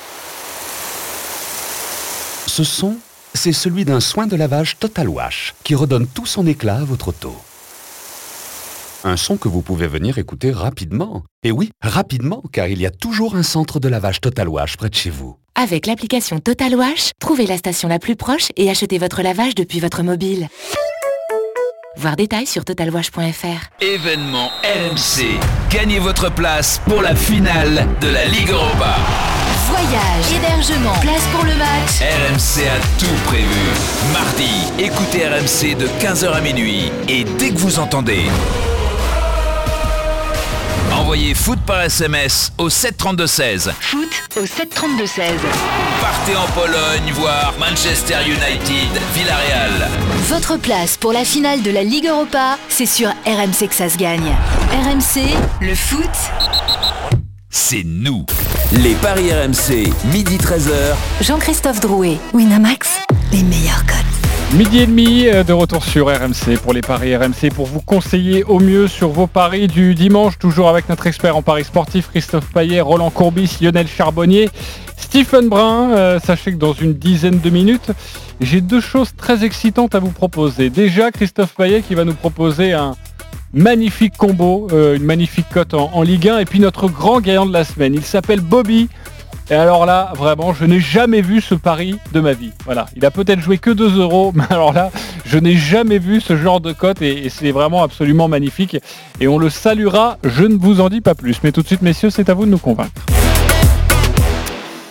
Speaker 17: Ce son, c'est celui d'un soin de lavage Total Wash qui redonne tout son éclat à votre auto. Un son que vous pouvez venir écouter rapidement. Et oui, rapidement, car il y a toujours un centre de lavage Total Wash près de chez vous.
Speaker 20: Avec l'application Total Wash, trouvez la station la plus proche et achetez votre lavage depuis votre mobile. Voir détails sur totalwash.fr.
Speaker 1: Événement RMC. Gagnez votre place pour la finale de la Ligue Europa.
Speaker 2: voyage, hébergement, place pour le match.
Speaker 1: RMC a tout prévu. Mardi, écoutez RMC de 15h à minuit. Et dès que vous entendez, envoyez foot par SMS au 732-16.
Speaker 2: Foot au 732-16.
Speaker 1: Partez en Pologne voir Manchester United, Villarreal.
Speaker 2: Votre place pour la finale de la Ligue Europa, c'est sur RMC que ça se gagne. RMC, le foot,
Speaker 1: c'est nous. Les paris RMC, midi 13h.
Speaker 20: Jean-Christophe Drouet, Winamax, les meilleurs cotes.
Speaker 3: Midi et demi de retour sur RMC pour les paris RMC pour vous conseiller au mieux sur vos paris du dimanche, toujours avec notre expert en paris sportif Christophe Payet, Roland Courbis, Lionel Charbonnier, Stephen Brun. Sachez que dans une dizaine de minutes, j'ai deux choses très excitantes à vous proposer. Déjà, Christophe Payet qui va nous proposer un magnifique combo, une magnifique cote en Ligue 1 et puis notre grand gagnant de la semaine. Il s'appelle Bobby. Et alors là, vraiment, je n'ai jamais vu ce pari de ma vie. Voilà, il a peut-être joué que 2 €, mais alors là, je n'ai jamais vu ce genre de cote et c'est vraiment absolument magnifique. Et on le saluera, je ne vous en dis pas plus. Mais tout de suite, messieurs, c'est à vous de nous convaincre.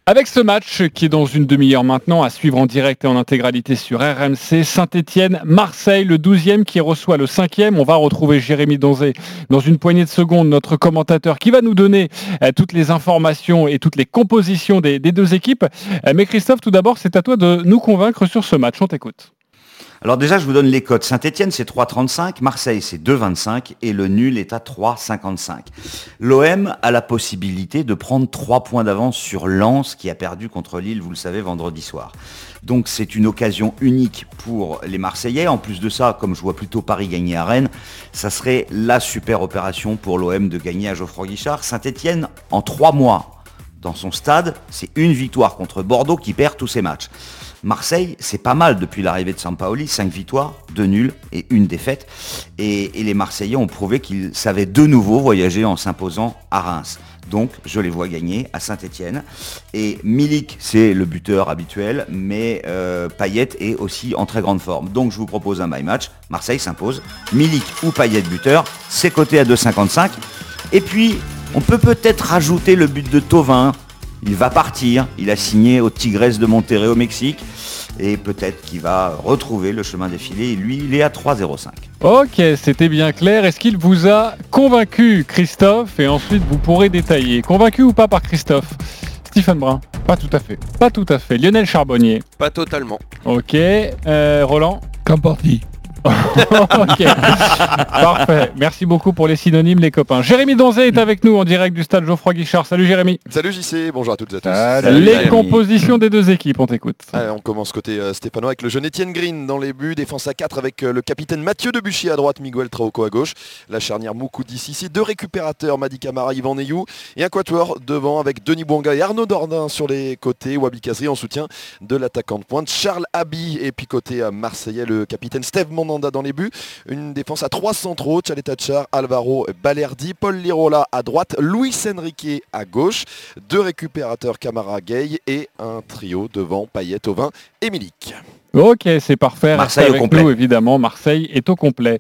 Speaker 3: Avec ce match qui est dans une demi-heure maintenant, à suivre en direct et en intégralité sur RMC, Saint-Étienne-Marseille, le 12e qui reçoit le 5e. On va retrouver Jérémy Donzé dans une poignée de secondes, notre commentateur qui va nous donner toutes les informations et toutes les compositions des deux équipes. Mais Christophe, tout d'abord, c'est à toi de nous convaincre sur ce match. On t'écoute.
Speaker 6: Alors déjà, je vous donne les cotes. Saint-Étienne, c'est 3,35. Marseille, c'est 2,25. Et le nul est à 3,55. L'OM a la possibilité de prendre 3 points d'avance sur Lens, qui a perdu contre Lille, vous le savez, vendredi soir. Donc c'est une occasion unique pour les Marseillais. En plus de ça, comme je vois plutôt Paris gagner à Rennes, ça serait la super opération pour l'OM de gagner à Geoffroy-Guichard. Saint-Étienne, en 3 mois, dans son stade, c'est une victoire contre Bordeaux qui perd tous ses matchs. Marseille, c'est pas mal depuis l'arrivée de Sampaoli, 5 victoires, 2 nuls et 1 défaite. Et les Marseillais ont prouvé qu'ils savaient de nouveau voyager en s'imposant à Reims. Donc, je les vois gagner à Saint-Étienne. Et Milik, c'est le buteur habituel, mais Payet est aussi en très grande forme. Donc, je vous propose un my match. Marseille s'impose. Milik ou Payet buteur, c'est coté à 2,55. Et puis, on peut peut-être rajouter le but de Thauvin. Il va partir, il a signé au Tigres de Monterrey au Mexique et peut-être qu'il va retrouver le chemin défilé. Et lui, il est à 3,05.
Speaker 3: Ok, c'était bien clair. Est-ce qu'il vous a convaincu, Christophe? Et ensuite, vous pourrez détailler. Convaincu ou pas par Christophe? Stephen Brun?
Speaker 7: Pas tout à fait.
Speaker 3: Pas tout à fait. Lionel Charbonnier?
Speaker 10: Pas totalement.
Speaker 3: Ok. Roland?
Speaker 4: Qu'importe.
Speaker 3: Ok, parfait. Merci beaucoup pour les synonymes, les copains. Jérémy Donzé est avec nous en direct du stade Geoffroy-Guichard. Salut Jérémy.
Speaker 5: Salut JC, bonjour à toutes et à tous.
Speaker 3: Salut les Jérémy. Compositions des deux équipes, on t'écoute.
Speaker 5: Allez, on commence côté stéphanois avec le jeune Étienne Green dans les buts, défense à 4 avec le capitaine Mathieu Debuchy à droite, Miguel Traoco à gauche, la charnière Moukoudi Sissi, 2 récupérateurs, Madi Camara, Yvan Neyou et un quatuor devant avec Denis Bouanga et Arnaud Dordain sur les côtés, Wabi Kazri en soutien de l'attaquant de pointe, Charles Habi et puis côté marseillais le capitaine Steve Mandanda dans les buts. Une défense à 3 centraux, Tchaletachar, Alvaro Balerdi, Paul Lirola à droite, Luis Enrique à gauche, 2 récupérateurs Camara Gay et un trio devant Payet, Thauvin et Milik.
Speaker 3: Ok, c'est parfait.
Speaker 6: Marseille
Speaker 3: avec
Speaker 6: au complet.
Speaker 3: Nous, évidemment, Marseille est au complet.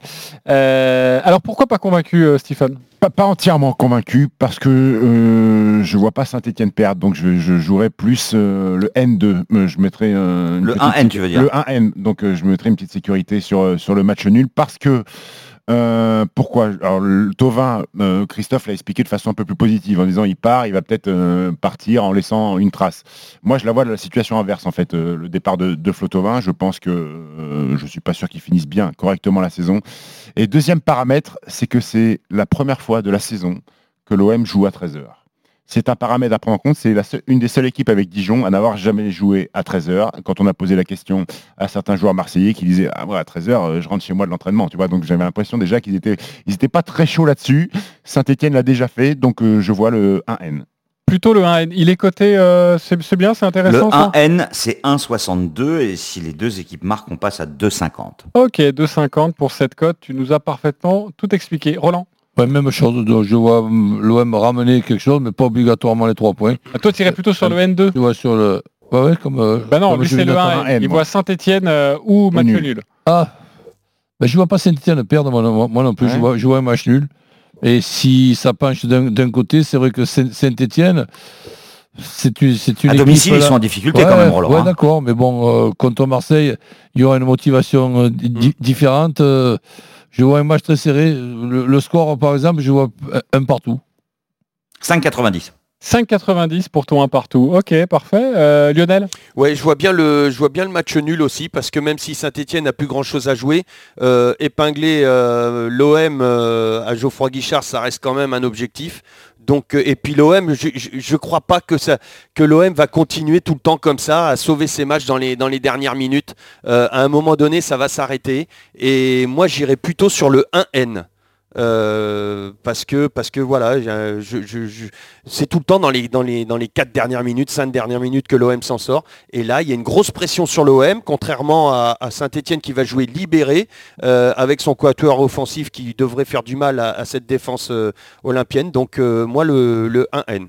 Speaker 3: Alors pourquoi pas convaincu, Stephen?
Speaker 7: Pas entièrement convaincu parce que je vois pas Saint-Étienne perdre, donc je jouerais plus le N2. Je mettrais
Speaker 6: le 1N, tu veux dire?
Speaker 7: Le 1N, donc je mettrais une petite sécurité sur le match nul parce que pourquoi? Alors le Thauvin, Christophe l'a expliqué de façon un peu plus positive en disant il part, il va peut-être partir en laissant une trace. Moi je la vois de la situation inverse en fait, le départ de Flo Thauvin, je pense que je suis pas sûr qu'il finisse bien correctement la saison. Et deuxième paramètre, c'est que c'est la première fois de la saison que l'OM joue à 13h. C'est un paramètre à prendre en compte, c'est une des seules équipes avec Dijon à n'avoir jamais joué à 13h. Quand on a posé la question à certains joueurs marseillais qui disaient « Ah ouais, à 13h, je rentre chez moi de l'entraînement », tu vois. Donc j'avais l'impression déjà qu'ils étaient pas très chauds là-dessus. Saint-Étienne l'a déjà fait, donc je vois le 1N.
Speaker 3: Plutôt le 1N. Il est coté, c'est bien, c'est intéressant.
Speaker 6: Le 1N, c'est 1,62 et si les deux équipes marquent, on passe à 2,50.
Speaker 3: Ok, 2,50 pour cette cote. Tu nous as parfaitement tout expliqué. Roland?
Speaker 4: Ouais, même chose, je vois l'OM ramener quelque chose, mais pas obligatoirement les 3 points.
Speaker 3: Toi, tu irais plutôt sur le N2?
Speaker 4: Tu vois, sur le... Ouais, comme...
Speaker 3: Bah non,
Speaker 4: comme
Speaker 3: lui c'est le 1N. Il voit Saint-Étienne ou match nul.
Speaker 4: Ah, bah, je vois pas Saint-Étienne perdre, moi non plus. Ouais. Je vois un match nul. Et si ça penche d'un côté, c'est vrai que Saint-Étienne, c'est une
Speaker 6: à domicile, ils sont en difficulté quand même, Roland.
Speaker 4: Ouais, d'accord, mais bon, contre Marseille, il y aura une motivation différente. Je vois un match très serré. Le score, par exemple, je vois un partout.
Speaker 6: 5,90.
Speaker 3: 5,90 pour ton 1 partout. Ok, parfait. Lionel?
Speaker 10: Ouais, je vois bien le match nul aussi, parce que même si Saint-Étienne n'a plus grand-chose à jouer, épingler l'OM à Geoffroy-Guichard, ça reste quand même un objectif. Donc, et puis l'OM, je crois pas que l'OM va continuer tout le temps comme ça, à sauver ses matchs dans les dernières minutes. À un moment donné, ça va s'arrêter. Et moi, j'irais plutôt sur le 1N. Parce que voilà, c'est tout le temps dans les 4 dernières minutes, 5 dernières minutes que l'OM s'en sort. Et là, il y a une grosse pression sur l'OM, contrairement à Saint-Étienne qui va jouer libéré, avec son quatuor offensif qui devrait faire du mal à cette défense olympienne. Donc moi, le 1N.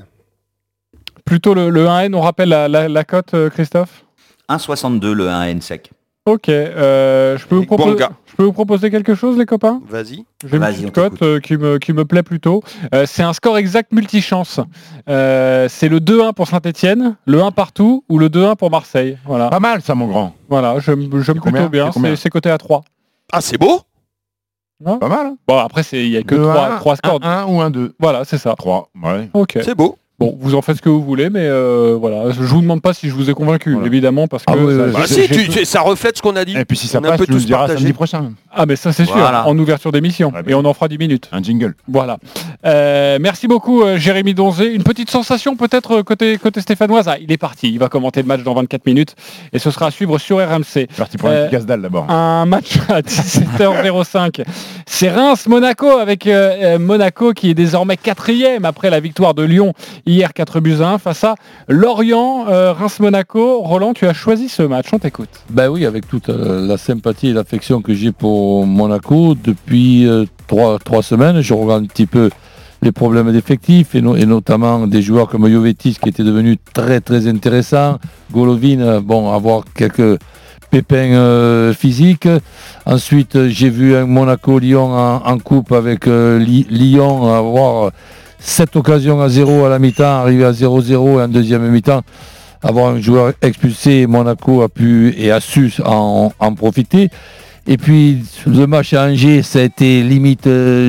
Speaker 3: Plutôt le 1N, on rappelle la cote, Christophe?
Speaker 6: 1,62 le 1N sec.
Speaker 3: Ok, je peux vous proposer quelque chose, les copains ?
Speaker 10: Vas-y.
Speaker 3: J'ai une petite cote qui me plaît plutôt. C'est un score exact multichance. C'est le 2-1 pour Saint-Etienne, le 1 partout ou le 2-1 pour Marseille. Voilà.
Speaker 7: Pas mal ça, mon grand.
Speaker 3: Voilà, j'aime plutôt bien. C'est coté à 3.
Speaker 10: Ah, c'est beau.
Speaker 7: Pas mal. Hein.
Speaker 3: Bon, après, il n'y a que 3 scores.
Speaker 7: 1 ou 1-2.
Speaker 3: Voilà, c'est ça.
Speaker 7: 3, ouais.
Speaker 3: Ok.
Speaker 10: C'est beau.
Speaker 3: Bon, vous en faites ce que vous voulez, mais voilà, je vous demande pas si je vous ai convaincu, évidemment, parce que
Speaker 10: ça reflète ce qu'on a dit.
Speaker 7: Et puis si ça
Speaker 10: on a
Speaker 7: passe,
Speaker 10: un peu
Speaker 7: tu nous
Speaker 10: tous
Speaker 7: le diras
Speaker 10: partagé.
Speaker 7: samedi prochain.
Speaker 3: Ah mais ça c'est sûr, en ouverture d'émission, et on en fera 10 minutes.
Speaker 7: Un jingle.
Speaker 3: Voilà. Merci beaucoup Jérémy Donzé. Une petite sensation peut-être côté stéphanoise. Ah, il est parti, il va commenter le match dans 24 minutes, et ce sera à suivre sur RMC.
Speaker 7: Parti pour un casse-dalle d'abord.
Speaker 3: Un match à 17h05. C'est Reims-Monaco, avec Monaco qui est désormais 4e après la victoire de Lyon hier 4-1 face à Lorient. Reims-Monaco. Roland, tu as choisi ce match, on t'écoute.
Speaker 4: Ben oui, avec toute la sympathie et l'affection que j'ai pour Monaco depuis 3 semaines, je regarde un petit peu les problèmes d'effectifs et notamment des joueurs comme Jovetic qui était devenu très très intéressant, Golovin, avoir quelques pépins physiques. Ensuite, j'ai vu un Monaco-Lyon en coupe avec Lyon avoir 7 occasions à 0 à la mi-temps, arriver à 0-0 et en deuxième mi-temps, avoir un joueur expulsé. Monaco a su en profiter. Et puis le match à Angers, ça a été limite.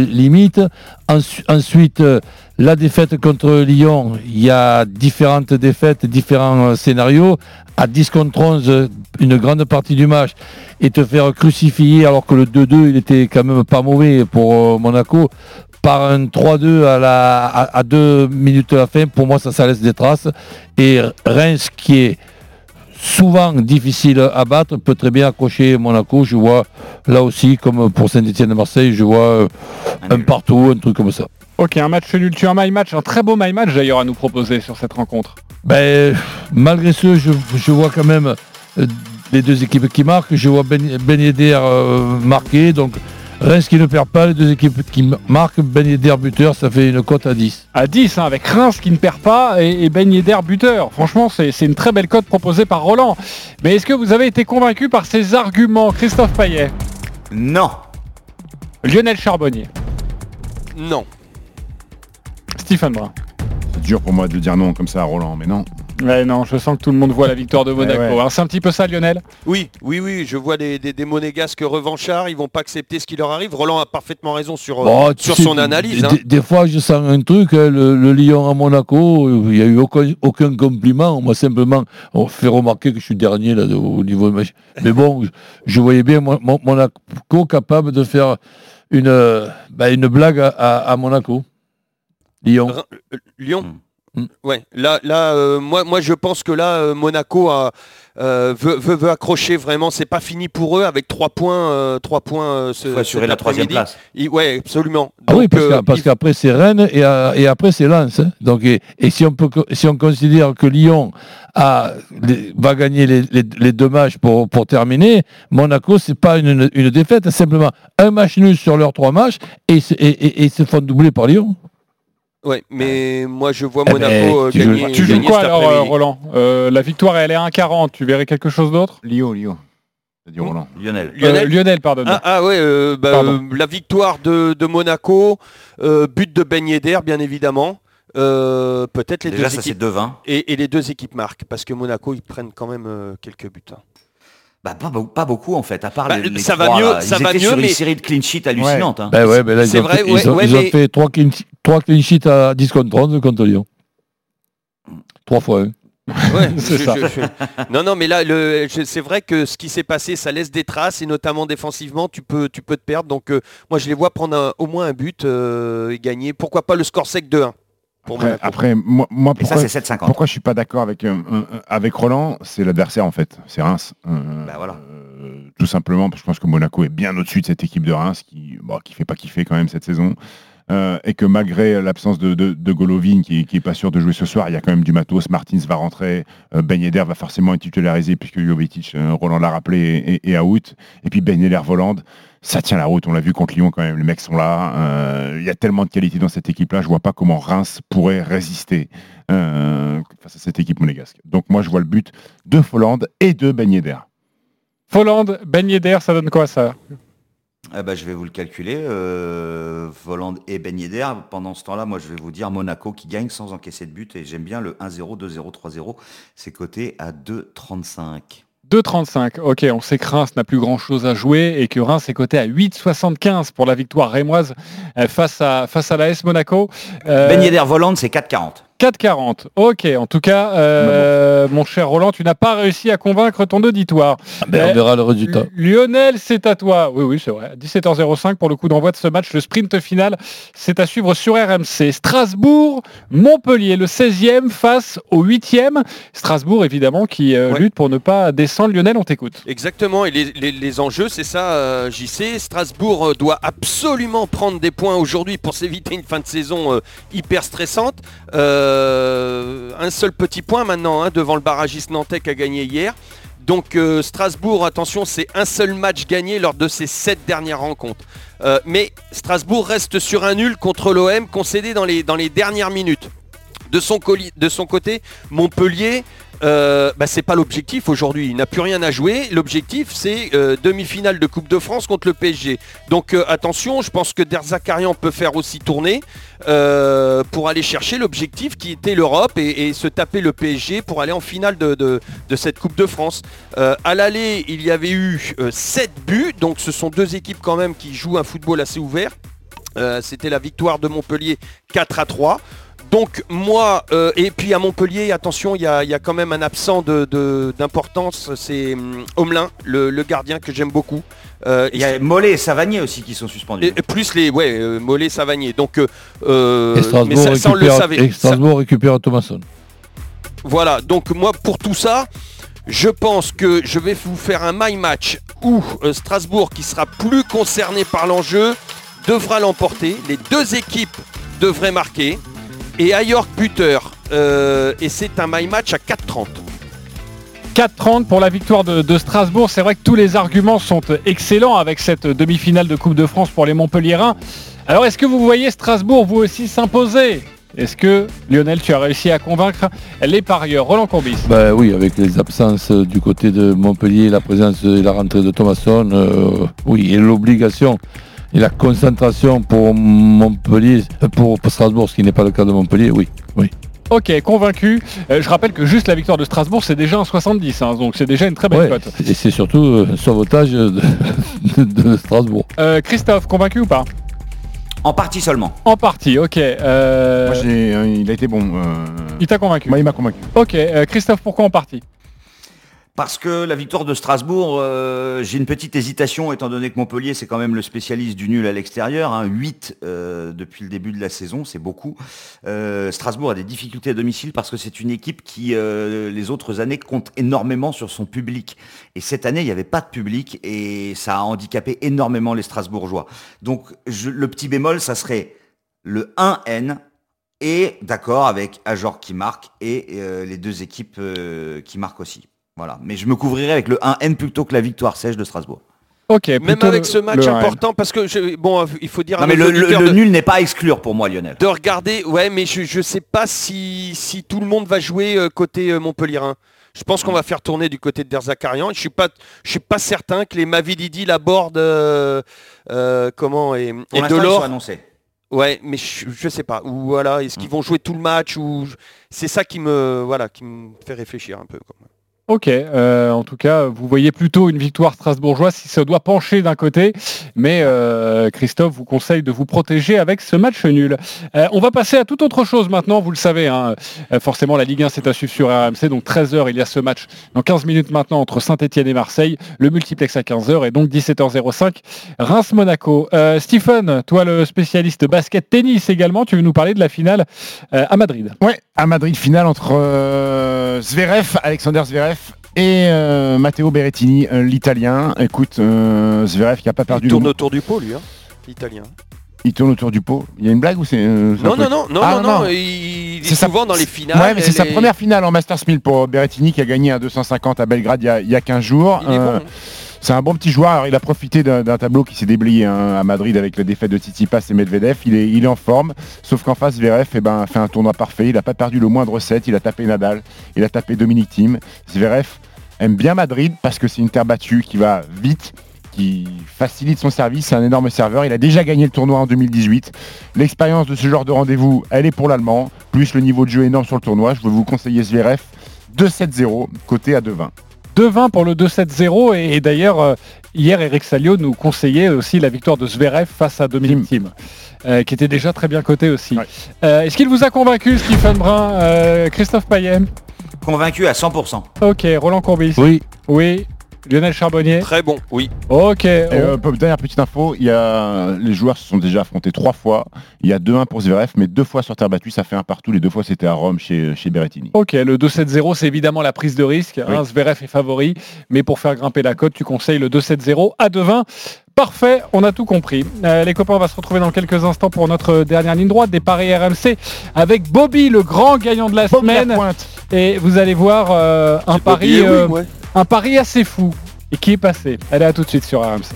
Speaker 4: Ensuite, la défaite contre Lyon, il y a différentes défaites, différents scénarios. À 10 contre 11, une grande partie du match, et te faire crucifier alors que le 2-2, il était quand même pas mauvais pour Monaco, par un 3-2 à 2 minutes de la fin, pour moi ça laisse des traces. Et Reims, qui est souvent difficile à battre, peut très bien accrocher Monaco. Je vois là aussi, comme pour Saint-Etienne de Marseille, je vois un partout, un truc comme ça.
Speaker 3: Ok, un match nul. Tu as un my match, un très beau my match d'ailleurs à nous proposer sur cette rencontre.
Speaker 4: Malgré ce, je vois quand même les deux équipes qui marquent. Je vois Ben Yedder marquer, donc Reims qui ne perd pas, les deux équipes qui marquent, Ben Yedder buteur, ça fait une cote à 10.
Speaker 3: À 10, avec Reims qui ne perd pas et Ben Yedder buteur. Franchement, c'est une très belle cote proposée par Roland. Mais est-ce que vous avez été convaincu par ces arguments, Christophe Payet ?
Speaker 6: Non.
Speaker 3: Lionel Charbonnier ?
Speaker 10: Non.
Speaker 3: Stephen Brun ?
Speaker 7: C'est dur pour moi de dire non comme ça à Roland, mais non.
Speaker 3: Ouais, non, je sens que tout le monde voit la victoire de Monaco.
Speaker 7: Ouais.
Speaker 3: Alors, c'est un petit peu ça, Lionel ?
Speaker 10: Oui, je vois des monégasques revanchards, ils vont pas accepter ce qui leur arrive. Roland a parfaitement raison sur son analyse.
Speaker 4: Des fois, je sens un truc, le Lyon à Monaco, il n'y a eu aucun compliment. On m'a simplement fait remarquer que je suis dernier là, au niveau de match. Mais bon, je voyais bien Monaco capable de faire une blague à Monaco. Lyon.
Speaker 10: Ouais, là, moi, je pense que là, Monaco veut accrocher vraiment. C'est pas fini pour eux avec 3 points.
Speaker 6: Il faut assurer la 3e place.
Speaker 10: Ouais, absolument.
Speaker 4: Donc, oui, parce qu'après c'est Rennes et après c'est Lens. Hein. Donc, et si on considère que Lyon va gagner les 2 matchs pour terminer, Monaco c'est pas une défaite, c'est simplement un match nul sur leurs 3 matchs et se font doubler par Lyon.
Speaker 10: Ouais, mais moi je vois Monaco gagner.
Speaker 3: Tu joues quoi alors, Roland ? La victoire elle est à 1,40. Tu verrais quelque chose d'autre ?
Speaker 7: Lyon. C'est-à-dire Roland.
Speaker 10: Lionel,
Speaker 3: pardon.
Speaker 10: La victoire de Monaco, but de Ben Yedder, bien évidemment. Peut-être les
Speaker 6: déjà,
Speaker 10: deux équipes.
Speaker 6: C'est 2-20.
Speaker 10: Et les deux équipes marquent, parce que Monaco, ils prennent quand même quelques buts.
Speaker 6: Pas beaucoup en fait, à part les
Speaker 10: ça
Speaker 6: 3,
Speaker 10: va mieux,
Speaker 6: là. Ils
Speaker 10: ça va
Speaker 6: étaient
Speaker 10: mieux,
Speaker 6: sur
Speaker 10: mais
Speaker 6: une série de clean sheets hallucinantes. Hein.
Speaker 4: Là, ils ont fait 3 clean sheets à 10 contre 11 contre Lyon. 3 fois.
Speaker 10: Ouais,
Speaker 3: c'est ça.
Speaker 10: Non, mais là, c'est vrai que ce qui s'est passé, ça laisse des traces, et notamment défensivement, tu peux te perdre. Donc, moi, je les vois prendre au moins un but et gagner. Pourquoi pas le score sec 2-1
Speaker 7: Après, moi
Speaker 6: ça, c'est 7,50.
Speaker 7: Pourquoi je suis pas d'accord avec Roland, c'est l'adversaire en fait, c'est Reims.
Speaker 6: Voilà.
Speaker 7: Tout simplement, parce que je pense que Monaco est bien au-dessus de cette équipe de Reims qui fait pas kiffer quand même cette saison. Et que malgré l'absence de Golovin qui est pas sûr de jouer ce soir, il y a quand même du matos. Martins va rentrer, Ben Yedder va forcément être titularisé puisque Jovetic, Roland l'a rappelé, est out. Et puis Ben Yedder Voland, ça tient la route. On l'a vu contre Lyon quand même. Les mecs sont là. Il y a tellement de qualité dans cette équipe-là. Je vois pas comment Reims pourrait résister face à cette équipe monégasque. Donc moi je vois le but de Voland et de Ben Yedder.
Speaker 3: Folland, Ben Yedder, ça donne quoi ça?
Speaker 6: Je vais vous le calculer. Folland et Ben Yedder. Pendant ce temps-là, moi, je vais vous dire Monaco qui gagne sans encaisser de but. Et j'aime bien le 1-0, 2-0, 3-0. C'est coté à 2,35.
Speaker 3: 2,35. Ok, on sait que Reims n'a plus grand-chose à jouer et que Reims est coté à 8,75 pour la victoire rémoise face à l'AS Monaco.
Speaker 6: Ben Yedder, Folland, c'est 4,40.
Speaker 3: 4,40. Ok, en tout cas, mon cher Roland, tu n'as pas réussi à convaincre ton auditoire.
Speaker 4: On verra le résultat.
Speaker 3: Lionel, c'est à toi. Oui, c'est vrai. 17h05 pour le coup d'envoi de ce match. Le sprint final, c'est à suivre sur RMC. Strasbourg, Montpellier, le 16e face au 8e. Strasbourg, évidemment, qui lutte pour ne pas descendre. Lionel, on t'écoute.
Speaker 10: Exactement. Et les enjeux, c'est ça, JC. Strasbourg doit absolument prendre des points aujourd'hui pour s'éviter une fin de saison hyper stressante. Un seul petit point maintenant devant le barragiste nantais qui a gagné hier. Donc Strasbourg, attention, c'est un seul match gagné lors de ses 7 dernières rencontres. Mais Strasbourg reste sur un nul contre l'OM concédé dans les dernières minutes. De son côté, Montpellier, c'est pas l'objectif aujourd'hui, il n'a plus rien à jouer. L'objectif, c'est demi-finale de Coupe de France contre le PSG. Donc attention, je pense que Derzakarian peut faire aussi tourner pour aller chercher l'objectif qui était l'Europe et se taper le PSG pour aller en finale de cette Coupe de France. À l'aller, il y avait eu 7 buts, donc ce sont deux équipes quand même qui jouent un football assez ouvert. C'était la victoire de Montpellier 4-3. Donc moi, et puis à Montpellier, attention, il y a quand même un absent d'importance, c'est Omelin, le gardien que j'aime beaucoup.
Speaker 6: Il y a Mollet et Savanier aussi qui sont suspendus.
Speaker 10: Et plus Mollet et Savanier. Donc,
Speaker 4: et Strasbourg récupère Thomasson.
Speaker 10: Voilà, donc moi pour tout ça, je pense que je vais vous faire un my match où Strasbourg, qui sera plus concerné par l'enjeu, devra l'emporter. Les deux équipes devraient marquer. Et à York buteur, et c'est un my match à 4,30.
Speaker 3: 4,30 pour la victoire de Strasbourg. C'est vrai que tous les arguments sont excellents avec cette demi-finale de Coupe de France pour les Montpelliérains. Alors est-ce que vous voyez Strasbourg vous aussi s'imposer? Est-ce que, Lionel, tu as réussi à convaincre les parieurs? Roland Courbis.
Speaker 4: Oui, avec les absences du côté de Montpellier, la présence et la rentrée de Thomasson, oui, et l'obligation et la concentration pour Montpellier, pour Strasbourg, ce qui n'est pas le cas de Montpellier, oui.
Speaker 3: Ok, convaincu. Je rappelle que juste la victoire de Strasbourg, c'est déjà un 70, donc c'est déjà une très belle cote.
Speaker 4: Et c'est surtout un sauvetage de Strasbourg.
Speaker 3: Christophe, convaincu ou pas?
Speaker 6: En partie seulement.
Speaker 3: En partie, ok.
Speaker 7: Moi, il a été bon.
Speaker 3: Il t'a convaincu?
Speaker 7: Moi, il m'a convaincu.
Speaker 3: Ok, Christophe, pourquoi en partie?
Speaker 6: Parce que la victoire de Strasbourg, j'ai une petite hésitation étant donné que Montpellier c'est quand même le spécialiste du nul à l'extérieur, 8 depuis le début de la saison, c'est beaucoup. Strasbourg a des difficultés à domicile parce que c'est une équipe qui les autres années compte énormément sur son public. Et cette année il n'y avait pas de public et ça a handicapé énormément les Strasbourgeois. Donc le petit bémol ça serait le 1N et d'accord avec Ajor qui marque et les deux équipes qui marquent aussi. Voilà, mais je me couvrirai avec le 1N plutôt que la victoire sèche de Strasbourg.
Speaker 3: Ok,
Speaker 10: même avec ce match important, parce que il faut dire.
Speaker 6: Non, mais le nul n'est pas à exclure pour moi, Lionel.
Speaker 10: De regarder, mais je sais pas si tout le monde va jouer côté Montpellierin. Je pense qu'on va faire tourner du côté de Derzakarian. Je suis pas certain que les Mavididi, Laborde, et Delors.
Speaker 6: Annoncé.
Speaker 10: Ouais, mais je sais pas. Ou voilà, est-ce qu'ils vont jouer tout le match ou c'est ça qui me fait réfléchir un peu.
Speaker 3: Ok, en tout cas, vous voyez plutôt une victoire strasbourgeoise si ça doit pencher d'un côté, mais Christophe vous conseille de vous protéger avec ce match nul. On va passer à toute autre chose maintenant, vous le savez, forcément la Ligue 1 c'est à suivre sur RMC, donc 13h il y a ce match dans 15 minutes maintenant entre Saint-Etienne et Marseille, le multiplex à 15h et donc 17h05 Reims-Monaco. Stephen, toi le spécialiste basket-tennis également, tu veux nous parler de la finale à Madrid?
Speaker 7: Ouais, à Madrid, finale entre Alexander Zverev et Matteo Berrettini, l'italien. Écoute, Zverev qui n'a pas perdu.
Speaker 10: Il tourne autour du pot, lui, l'italien.
Speaker 7: Il tourne autour du pot. Il y a une blague ou c'est
Speaker 10: Non. Il est souvent dans les finales.
Speaker 7: Ouais, mais c'est sa première finale en Masters 1000 pour Berrettini qui a gagné un 250 à Belgrade il y a 15 jours. C'est un bon petit joueur. Alors, il a profité d'un tableau qui s'est déblayé à Madrid avec la défaite de Tsitsipas et Medvedev. Il est en forme, sauf qu'en face, Zverev fait un tournoi parfait. Il n'a pas perdu le moindre set. Il a tapé Nadal, il a tapé Dominic Thiem. Zverev aime bien Madrid parce que c'est une terre battue qui va vite, qui facilite son service, c'est un énorme serveur. Il a déjà gagné le tournoi en 2018. L'expérience de ce genre de rendez-vous, elle est pour l'Allemand, plus le niveau de jeu énorme sur le tournoi. Je veux vous conseiller Zverev 2-7-0, coté à 2-20.
Speaker 3: 2-20 pour le 2-7-0 et d'ailleurs hier Eric Salio nous conseillait aussi la victoire de Zverev face à Dominic Thiem qui était déjà très bien coté aussi. Ouais. Est-ce qu'il vous a convaincu Stephen Brun, Christophe Payet?
Speaker 6: Convaincu à 100%.
Speaker 3: Ok, Roland Courbis. Oui. Lionel Charbonnier.
Speaker 10: Très bon, oui.
Speaker 3: Ok.
Speaker 7: Dernière petite info, les joueurs se sont déjà affrontés 3 fois. Il y a 2-1 pour Zverev, mais 2 fois sur terre battue, ça fait un partout. Les 2 fois c'était à Rome chez Berrettini.
Speaker 3: Ok, le 2-7-0 c'est évidemment la prise de risque.
Speaker 7: Oui.
Speaker 3: Zverev est favori, mais pour faire grimper la cote, tu conseilles le 2-7-0 à 2-20. Parfait, on a tout compris. Les copains, on va se retrouver dans quelques instants pour notre dernière ligne droite des paris RMC avec Bobby, le grand gagnant de la semaine. Et vous allez voir un pari... Un pari assez fou et qui est passé. Allez, à tout de suite sur RMC.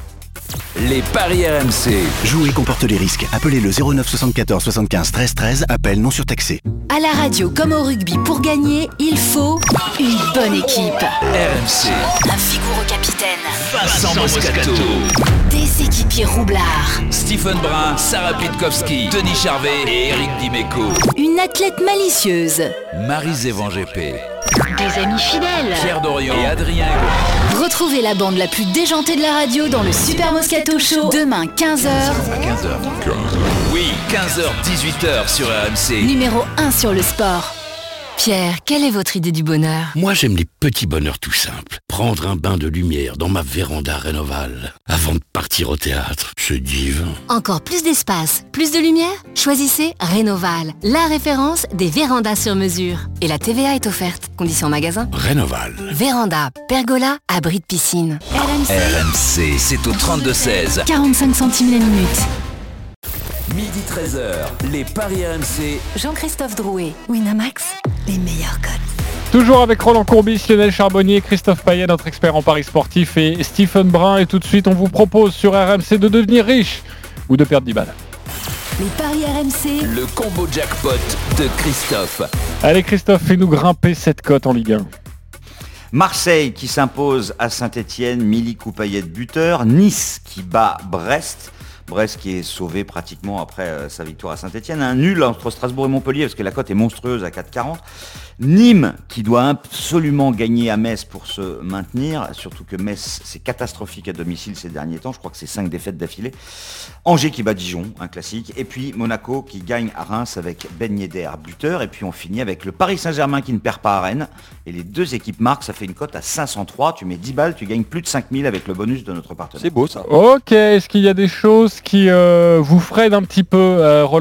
Speaker 1: Les paris RMC.
Speaker 13: Jouer comporte les risques. Appelez le 09 74 75 13 13. Appel non surtaxé.
Speaker 2: À la radio comme au rugby, pour gagner, il faut une bonne équipe.
Speaker 1: RMC.
Speaker 2: Un vigoureux capitaine.
Speaker 1: Vincent Moscato.
Speaker 2: Des équipiers roublards.
Speaker 1: Stephen Brun, Sarah Pitkowski, Denis Charvet et Eric Dimeco.
Speaker 2: Une athlète malicieuse.
Speaker 1: Marie-Zévan GP.
Speaker 2: Des amis fidèles.
Speaker 1: Pierre Dorian et Adrien.
Speaker 2: Retrouvez la bande la plus déjantée de la radio dans le Super Moscato Show demain 15h.
Speaker 1: 15h. Oui, 15h, 18h sur RMC.
Speaker 2: Numéro 1 sur le sport. Pierre, quelle est votre idée du bonheur?
Speaker 16: Moi, j'aime les petits bonheurs tout simples. Prendre un bain de lumière dans ma véranda Rénoval avant de partir au théâtre, c'est divin.
Speaker 25: Encore plus d'espace, plus de lumière? Choisissez Rénoval, la référence des vérandas sur mesure. Et la TVA est offerte. Conditions en magasin.
Speaker 16: Rénoval.
Speaker 25: Véranda, pergola, abri de piscine.
Speaker 1: RMC, c'est au 32-16.
Speaker 2: 45 centimes la minute.
Speaker 1: Midi 13h, les paris RMC.
Speaker 2: Jean-Christophe Drouet, Winamax, les meilleurs cotes.
Speaker 3: Toujours avec Roland Courbis, Lionel Charbonnier, Christophe Payet, notre expert en paris sportif, et Stephen Brun. Et tout de suite, on vous propose sur RMC de devenir riche ou de perdre 10 balles.
Speaker 2: Les paris RMC.
Speaker 1: Le combo jackpot de Christophe.
Speaker 3: Allez Christophe, fais-nous grimper cette cote en Ligue 1.
Speaker 6: Marseille qui s'impose à Saint-Etienne, Milik ou Payet buteur. Nice qui bat Brest. Brest qui est sauvé pratiquement après sa victoire à Saint-Etienne. Un nul entre Strasbourg et Montpellier parce que la cote est monstrueuse à 4,40. Nîmes qui doit absolument gagner à Metz pour se maintenir, surtout que Metz c'est catastrophique à domicile ces derniers temps, je crois que c'est 5 défaites d'affilée. Angers qui bat Dijon, un classique, et puis Monaco qui gagne à Reims avec Ben Yedder buteur, et puis on finit avec le Paris Saint-Germain qui ne perd pas à Rennes, et les deux équipes marquent, ça fait une cote à 503, tu mets 10 balles, tu gagnes plus de 5000 avec le bonus de notre partenaire.
Speaker 10: C'est beau ça.
Speaker 3: Ok, est-ce qu'il y a des choses qui vous freinent un petit peu, Roland ?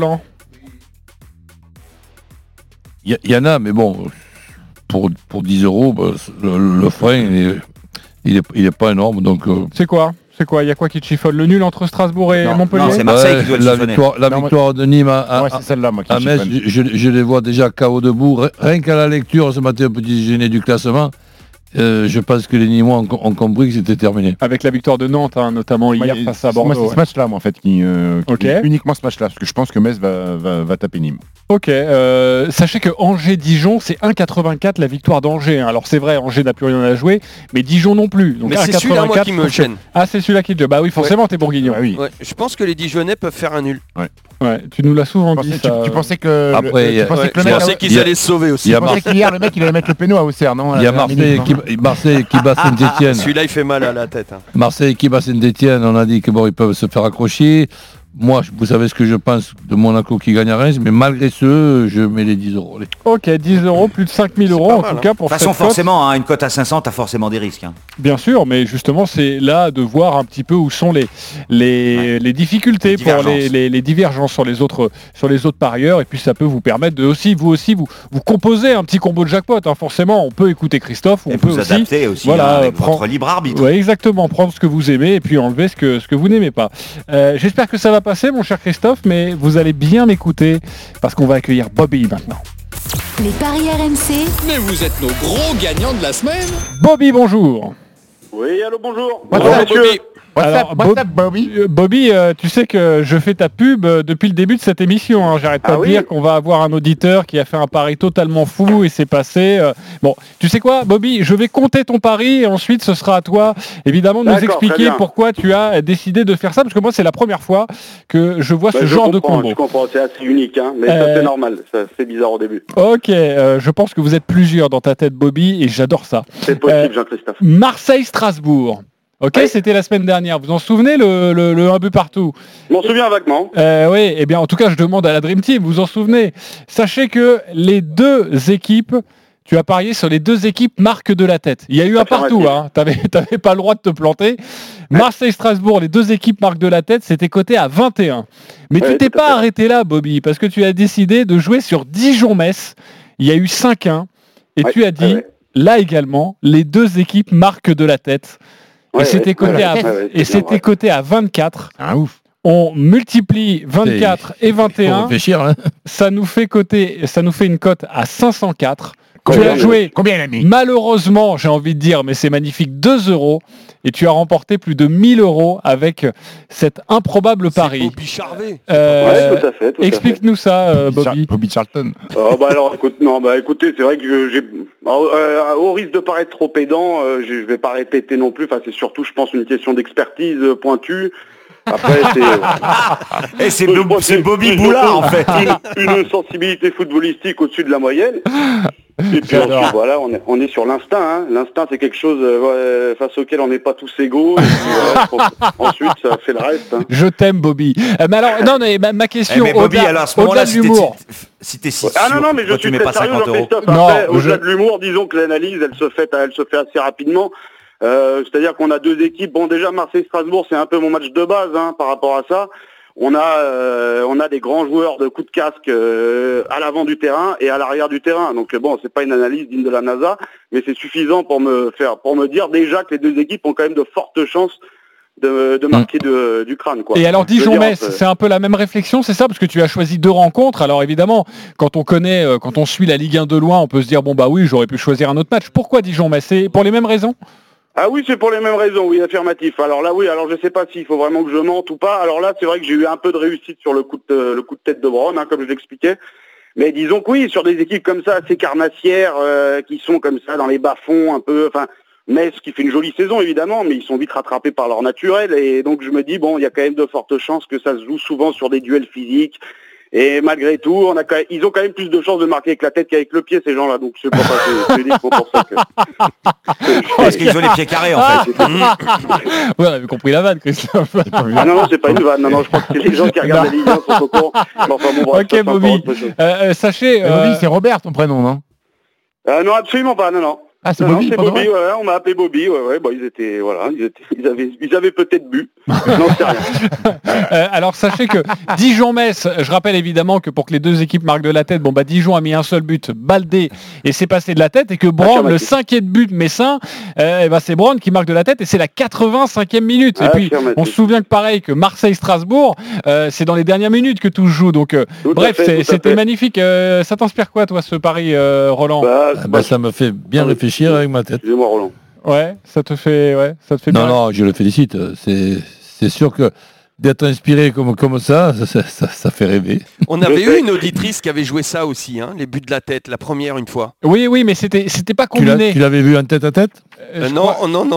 Speaker 4: Il y en a, mais bon, pour 10 euros, bah, le frein, il est pas énorme. Donc,
Speaker 3: C'est quoi ? Il y a quoi qui te chiffonne ? Le nul entre Strasbourg et Montpellier ?
Speaker 6: Non, c'est Marseille qui doit
Speaker 4: la
Speaker 6: chiffonner.
Speaker 4: victoire de Nîmes à
Speaker 7: c'est celle-là, moi, qui
Speaker 4: à Metz, je les vois déjà KO debout. Rien qu'à la lecture ce matin, un petit déjeuner du classement, je pense que les Nîmois ont compris que c'était terminé.
Speaker 3: Avec la victoire de Nantes, notamment hier face à Bordeaux.
Speaker 7: Moi, c'est ce match-là, moi, en fait, uniquement ce match-là, parce que je pense que Metz va taper Nîmes.
Speaker 3: Ok, sachez que Angers-Dijon, c'est 1,84 la victoire d'Angers. Alors c'est vrai, Angers n'a plus rien à jouer, mais Dijon non plus. Donc
Speaker 10: mais c'est celui-là moi qui me gêne.
Speaker 3: Ah, c'est celui-là qui te... Bah oui, forcément, t'es bourguignon.
Speaker 7: Ah, oui.
Speaker 10: Ouais, je pense que les Dijonnais peuvent faire un nul.
Speaker 3: Ouais, tu nous l'as souvent dit.
Speaker 7: Tu pensais que
Speaker 3: après,
Speaker 10: je pensais qu'ils allaient se sauver aussi.
Speaker 7: Je pensais qu'hier, le mec, il allait mettre le péno à Auxerre, non ?
Speaker 4: Il y a Marseille qui bat Saint-Etienne.
Speaker 10: Celui-là, il fait mal à la tête.
Speaker 4: Marseille qui bat Saint-Etienne, on a dit que ils peuvent se faire accrocher. Moi, vous savez ce que je pense de Monaco qui gagne à Reims, mais malgré ce, je mets les 10 euros.
Speaker 3: Ok, 10 euros, plus de 5000 euros en tout cas pour
Speaker 6: cette cote. De toute façon, forcément, une cote à 500, tu as forcément des risques.
Speaker 3: Bien sûr, mais justement, c'est là de voir un petit peu où sont les difficultés pour les divergences sur les autres parieurs, et puis ça peut vous permettre de vous composer un petit combo de jackpot. Forcément, on peut écouter Christophe,
Speaker 6: on peut vous adapter aussi avec votre libre arbitre.
Speaker 3: Ouais, exactement, prendre ce que vous aimez et puis enlever ce que vous n'aimez pas. J'espère que ça va passer, mon cher Christophe, mais vous allez bien m'écouter parce qu'on va accueillir Bobby maintenant.
Speaker 2: Les paris RMC.
Speaker 8: Mais vous êtes nos gros gagnants de la semaine.
Speaker 3: Bobby, bonjour.
Speaker 9: Oui, allô, bonjour.
Speaker 3: Bonjour,
Speaker 9: monsieur.
Speaker 3: Alors, Bobby, tu sais que je fais ta pub depuis le début de cette émission. Hein. J'arrête pas de dire qu'on va avoir un auditeur qui a fait un pari totalement fou et c'est passé. Bon, tu sais quoi, Bobby, je vais compter ton pari et ensuite ce sera à toi, évidemment, de nous expliquer pourquoi tu as décidé de faire ça. Parce que moi, c'est la première fois que je vois ce genre de combo.
Speaker 8: Je comprends, c'est assez unique, hein, mais ça c'est normal. C'est bizarre au début.
Speaker 3: Ok, je pense que vous êtes plusieurs dans ta tête, Bobby, et j'adore ça.
Speaker 8: C'est possible, Jean-Christophe.
Speaker 3: Marseille-Strasbourg. Ok, c'était la semaine dernière. Vous en souvenez, le 1 but partout?
Speaker 8: Je m'en souviens vaguement.
Speaker 3: Oui, eh bien, en tout cas, je demande à la Dream Team, vous en souvenez? Sachez que les deux équipes, tu as parié sur les deux équipes marquent de la tête. Il y a eu un partout, hein. T'avais pas le droit de te planter. Marseille-Strasbourg, les deux équipes marquent de la tête, c'était coté à 21. Mais tu t'es pas arrêté là, Bobby, parce que tu as décidé de jouer sur Dijon-Metz. Il y a eu 5-1. Et tu as dit, là également, les deux équipes marquent de la tête. Et c'était coté à 24.
Speaker 4: Ah ouf.
Speaker 3: On multiplie 24 et 21.
Speaker 4: Hein.
Speaker 3: Ça nous fait une cote à 504. Tu as joué,
Speaker 7: combien il a mis?
Speaker 3: Malheureusement, j'ai envie de dire, mais c'est magnifique, 2 euros. Et tu as remporté plus de 1000 euros avec cet improbable pari.
Speaker 8: Bobby Charvet. Tout à fait.
Speaker 3: Explique-nous ça, Bobby.
Speaker 7: Bobby Charlton.
Speaker 8: Alors, écoutez, c'est vrai que j'ai, au risque de paraître trop pédant, je vais pas répéter non plus. Enfin, c'est surtout, je pense, une question d'expertise pointue. Après,
Speaker 6: c'est Bobby Boulard, en fait.
Speaker 8: Une sensibilité footballistique au-dessus de la moyenne. Et puis ensuite, voilà, on est sur l'instinct. Hein. L'instinct, c'est quelque chose face auquel on n'est pas tous égaux. Et puis, ensuite, ça fait le reste. Hein.
Speaker 3: Je t'aime, Bobby. Mais alors, non, mais ma question,
Speaker 6: mais Bobby, alors, à ce moment-là,
Speaker 3: de l'humour.
Speaker 6: Si t'es si
Speaker 8: non, mais je suis très sérieux, Jean-Christophe. Après, au-delà de l'humour, disons que l'analyse, elle se fait assez rapidement. C'est-à-dire qu'on a deux équipes. Bon, déjà, Marseille-Strasbourg, c'est un peu mon match de base hein, par rapport à ça. On a des grands joueurs de coups de casque à l'avant du terrain et à l'arrière du terrain. Donc bon, c'est pas une analyse digne de la NASA, mais c'est suffisant pour me dire déjà que les deux équipes ont quand même de fortes chances de marquer du crâne. Quoi.
Speaker 3: Et alors Dijon-Metz, c'est un peu la même réflexion, c'est ça? Parce que tu as choisi deux rencontres. Alors évidemment, quand on suit la Ligue 1 de loin, on peut se dire bon bah oui, j'aurais pu choisir un autre match. Pourquoi Dijon-Metz? C'est pour les mêmes raisons?
Speaker 8: Ah oui, c'est pour les mêmes raisons, oui, affirmatif. Alors là, oui, alors je sais pas s'il faut vraiment que je mente ou pas. Alors là, c'est vrai que j'ai eu un peu de réussite sur le coup de tête de Braun, hein, comme je l'expliquais. Mais disons que oui, sur des équipes comme ça, assez carnassières, qui sont comme ça dans les bas-fonds, un peu, enfin, Metz qui fait une jolie saison évidemment, mais ils sont vite rattrapés par leur naturel. Et donc je me dis, bon, il y a quand même de fortes chances que ça se joue souvent sur des duels physiques. Et malgré tout, ils ont quand même plus de chances de marquer avec la tête qu'avec le pied, ces gens-là. Donc c'est pour ça que...
Speaker 6: Parce qu'ils ont les pieds carrés, en fait.
Speaker 3: Oui, on avait compris la vanne, Christophe.
Speaker 8: Ah non, c'est pas une vanne. Non, je crois que c'est les gens qui regardent la Ligue 1 sont au courant. Enfin, bon, bref,
Speaker 3: ok, Bobby. Sachez...
Speaker 7: Bobby, c'est Robert, ton prénom, non?
Speaker 8: Non, absolument pas, non.
Speaker 7: Ah, c'est Bobby,
Speaker 8: c'est Bobby, ouais, on m'a appelé Bobby, ouais, bon, ils avaient peut-être bu, non, c'est rien.
Speaker 3: Alors sachez que Dijon-Metz, je rappelle évidemment que pour que les deux équipes marquent de la tête, bon bah Dijon a mis un seul but, Baldé, et c'est passé de la tête, et que Braun, le 5e but messin, c'est Braun qui marque de la tête, et c'est la 85e minute. Et puis on se souvient que pareil que Marseille-Strasbourg, c'est dans les dernières minutes que tout se joue, donc bref, c'était magnifique. Ça t'inspire quoi toi ce pari, Roland?
Speaker 4: Ça me fait bien réfléchir avec ma tête.
Speaker 8: Excusez-moi Roland.
Speaker 3: Ouais, ça te fait bien.
Speaker 4: Non, je le félicite. C'est sûr que d'être inspiré comme ça fait rêver.
Speaker 10: On avait eu une auditrice qui avait joué ça aussi, hein, les buts de la tête, la première une fois.
Speaker 3: Oui, mais c'était pas combiné.
Speaker 4: Tu l'avais vu en tête à tête?
Speaker 10: Non.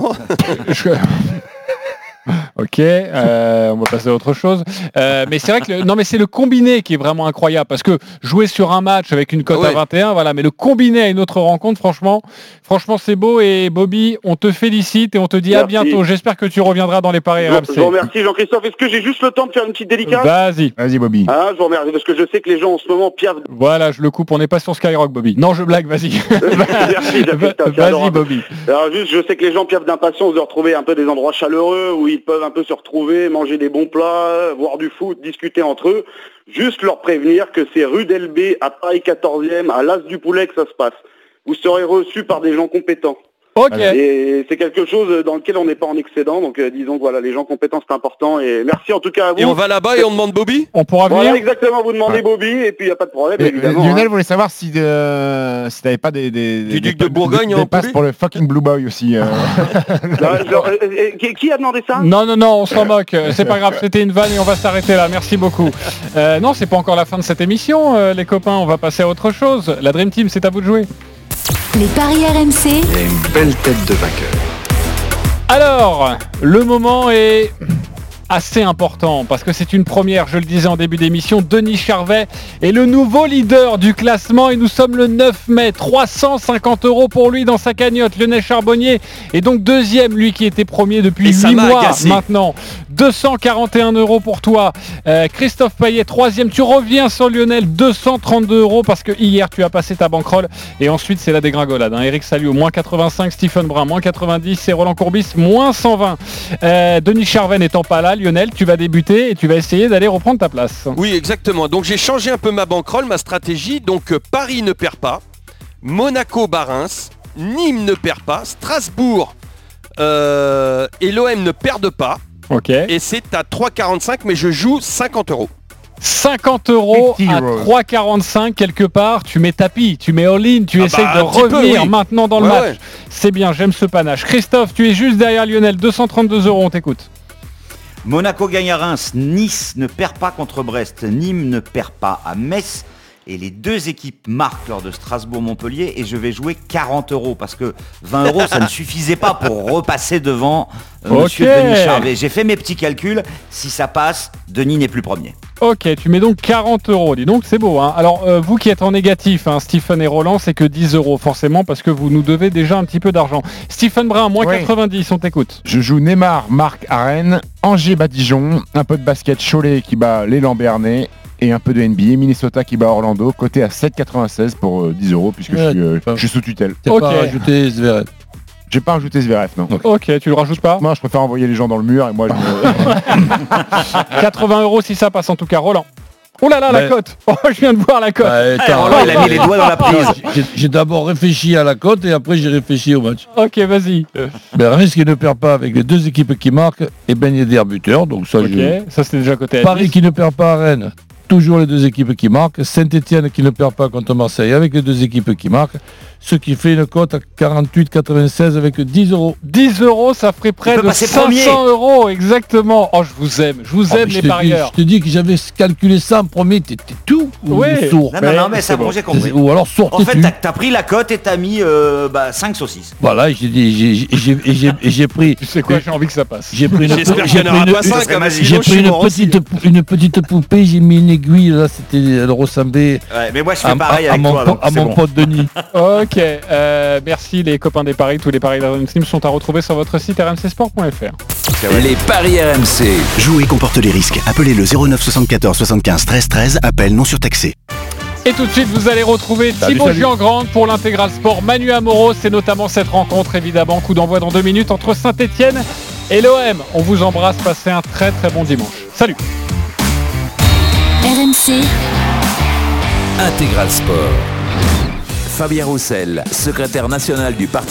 Speaker 3: Ok, on va passer à autre chose. Mais c'est vrai que c'est le combiné qui est vraiment incroyable parce que jouer sur un match avec une cote à 21, voilà, mais le combiné à une autre rencontre, franchement c'est beau. Et Bobby, on te félicite et on te dit à bientôt. J'espère que tu reviendras dans les paris RMC.
Speaker 8: Je vous remercie Jean-Christophe. Est-ce que j'ai juste le temps de faire une petite dédicace?
Speaker 3: Vas-y
Speaker 7: Bobby.
Speaker 8: Je vous remercie parce que je sais que les gens en ce moment piavent.
Speaker 3: Voilà, je le coupe. On n'est pas sur Skyrock, Bobby. Non, je blague. Vas-y.
Speaker 8: Merci.
Speaker 3: Vas-y, Bobby.
Speaker 8: Alors juste, je sais que les gens piavent d'impatience de retrouver un peu des endroits chaleureux où ils peuvent un peu se retrouver, manger des bons plats, voir du foot, discuter entre eux. Juste leur prévenir que c'est rue d'Elbé à Paris 14e, à l'As du Poulet que ça se passe. Vous serez reçus par des gens compétents.
Speaker 3: Ok.
Speaker 8: Et c'est quelque chose dans lequel on n'est pas en excédent. Donc disons que voilà, les gens compétents c'est important. Et merci en tout cas à vous.
Speaker 10: Et on va là-bas et on demande Bobby.
Speaker 3: On pourra venir.
Speaker 8: Voilà, exactement. Vous demandez Bobby et puis il n'y a pas de problème évidemment.
Speaker 7: Lionel voulait savoir si t'avais pas des
Speaker 10: Duc de Bourgogne
Speaker 7: des passes pour le fucking Blue Boy aussi.
Speaker 8: Qui a demandé ça?
Speaker 3: Non, on s'en moque. C'est pas grave, c'était une vanne et on va s'arrêter là. Merci beaucoup. Non, c'est pas encore la fin de cette émission, les copains. On va passer à autre chose. La Dream Team, c'est à vous de jouer.
Speaker 2: Les paris RMC.
Speaker 19: Il y a une belle tête de vainqueur.
Speaker 3: Alors, le moment est assez important parce que c'est une première, je le disais en début d'émission. Denis Charvet est le nouveau leader du classement et nous sommes le 9 mai. 350 € pour lui dans sa cagnotte. Lionel Charbonnier est donc deuxième, lui qui était premier depuis 8 mois maintenant. 241 € pour toi. Christophe Payet, troisième. Tu reviens sur Lionel, 232 € parce que hier tu as passé ta banquerolle et ensuite c'est la dégringolade. Eric Salio, moins 85. Stephen Brun, moins 90. Et Roland Courbis, moins 120. Denis Charvet n'étant pas là, Lionel, tu vas débuter et tu vas essayer d'aller reprendre ta place.
Speaker 10: Oui, exactement. Donc j'ai changé un peu ma banquerolle, ma stratégie. Donc Paris ne perd pas, Monaco bat Reims, Nîmes ne perd pas, Strasbourg et l'OM ne perdent pas.
Speaker 3: Ok.
Speaker 10: Et c'est à 3,45 mais je joue 50 €.
Speaker 3: 50 € à 3,45 quelque part, tu mets tapis, tu mets all-in, tu essayes de revenir maintenant dans le match. Ouais. C'est bien, j'aime ce panache. Christophe, tu es juste derrière Lionel, 232 €, on t'écoute.
Speaker 6: Monaco gagne à Reims, Nice ne perd pas contre Brest, Nîmes ne perd pas à Metz. Et les deux équipes marquent lors de Strasbourg-Montpellier et je vais jouer 40 € parce que 20 € ça ne suffisait pas pour repasser devant Monsieur Denis Charvet. J'ai fait mes petits calculs, si ça passe, Denis n'est plus premier.
Speaker 3: Ok, tu mets donc 40 €, dis donc c'est beau. Alors vous qui êtes en négatif, Stephen et Roland, c'est que 10 € forcément parce que vous nous devez déjà un petit peu d'argent. Stephen Brun, moins 90, on t'écoute.
Speaker 7: Je joue Neymar, Marc à Rennes, Angers bat Dijon, un peu de basket, Cholet qui bat l'élan Bernay. Et un peu de NBA, Minnesota qui bat Orlando, coté à 7,96 pour 10 € puisque je suis sous tutelle.
Speaker 4: T'as pas rajouté Zverev?
Speaker 7: J'ai pas rajouté Zverev, non.
Speaker 3: Ok, tu le rajoutes pas?
Speaker 7: Moi je préfère envoyer les gens dans le mur et moi je
Speaker 3: 80 € si ça passe en tout cas, Roland. Oh là là, la cote. Oh, je viens de voir la cote.
Speaker 6: Roland, il a mis les doigts dans la prise.
Speaker 4: J'ai d'abord réfléchi à la cote et après j'ai réfléchi au match.
Speaker 3: Ok, vas-y.
Speaker 4: Reims qui ne perd pas avec les deux équipes qui marquent et Ben Yedder buteur. Donc ça,
Speaker 3: ça c'était déjà côté.
Speaker 4: Paris qui ne perd pas à Rennes. Toujours les deux équipes qui marquent. Saint-Etienne qui ne perd pas contre Marseille avec les deux équipes qui marquent. Ce qui fait une cote à 48,96 avec 10 €.
Speaker 3: 10 €, ça ferait près de 500 €, exactement. Oh, je vous aime les parieurs.
Speaker 4: Je te dis que j'avais calculé ça en premier, t'étais tout sourd.
Speaker 6: Non, mais ça bon, j'ai compris.
Speaker 4: Ou alors sortez.
Speaker 6: En fait, t'as pris la cote et t'as mis 5 saucisses.
Speaker 4: Voilà, j'ai pris...
Speaker 3: Tu sais quoi, j'ai envie que ça passe.
Speaker 4: J'ai pris une petite poupée, j'ai mis une aiguille, là, elle ressemblait...
Speaker 6: Ouais, mais moi je fais pareil avec toi.
Speaker 4: À mon pote Denis.
Speaker 3: Ok, merci les copains des paris. Tous les paris de la Dream Team sont à retrouver sur votre site rmcsport.fr.
Speaker 1: Les paris RMC.
Speaker 13: Jouer comporte les risques. Appelez le 09 74 75 13 13. Appel non surtaxé.
Speaker 3: Et tout de suite, vous allez retrouver Thibaut Giangrande pour l'intégral sport. Manu Amoros, c'est notamment cette rencontre, évidemment. Coup d'envoi dans 2 minutes entre Saint-Etienne et l'OM. On vous embrasse. Passez un très très bon dimanche. Salut.
Speaker 2: RMC.
Speaker 1: Intégral sport. Fabien Roussel, secrétaire national du parti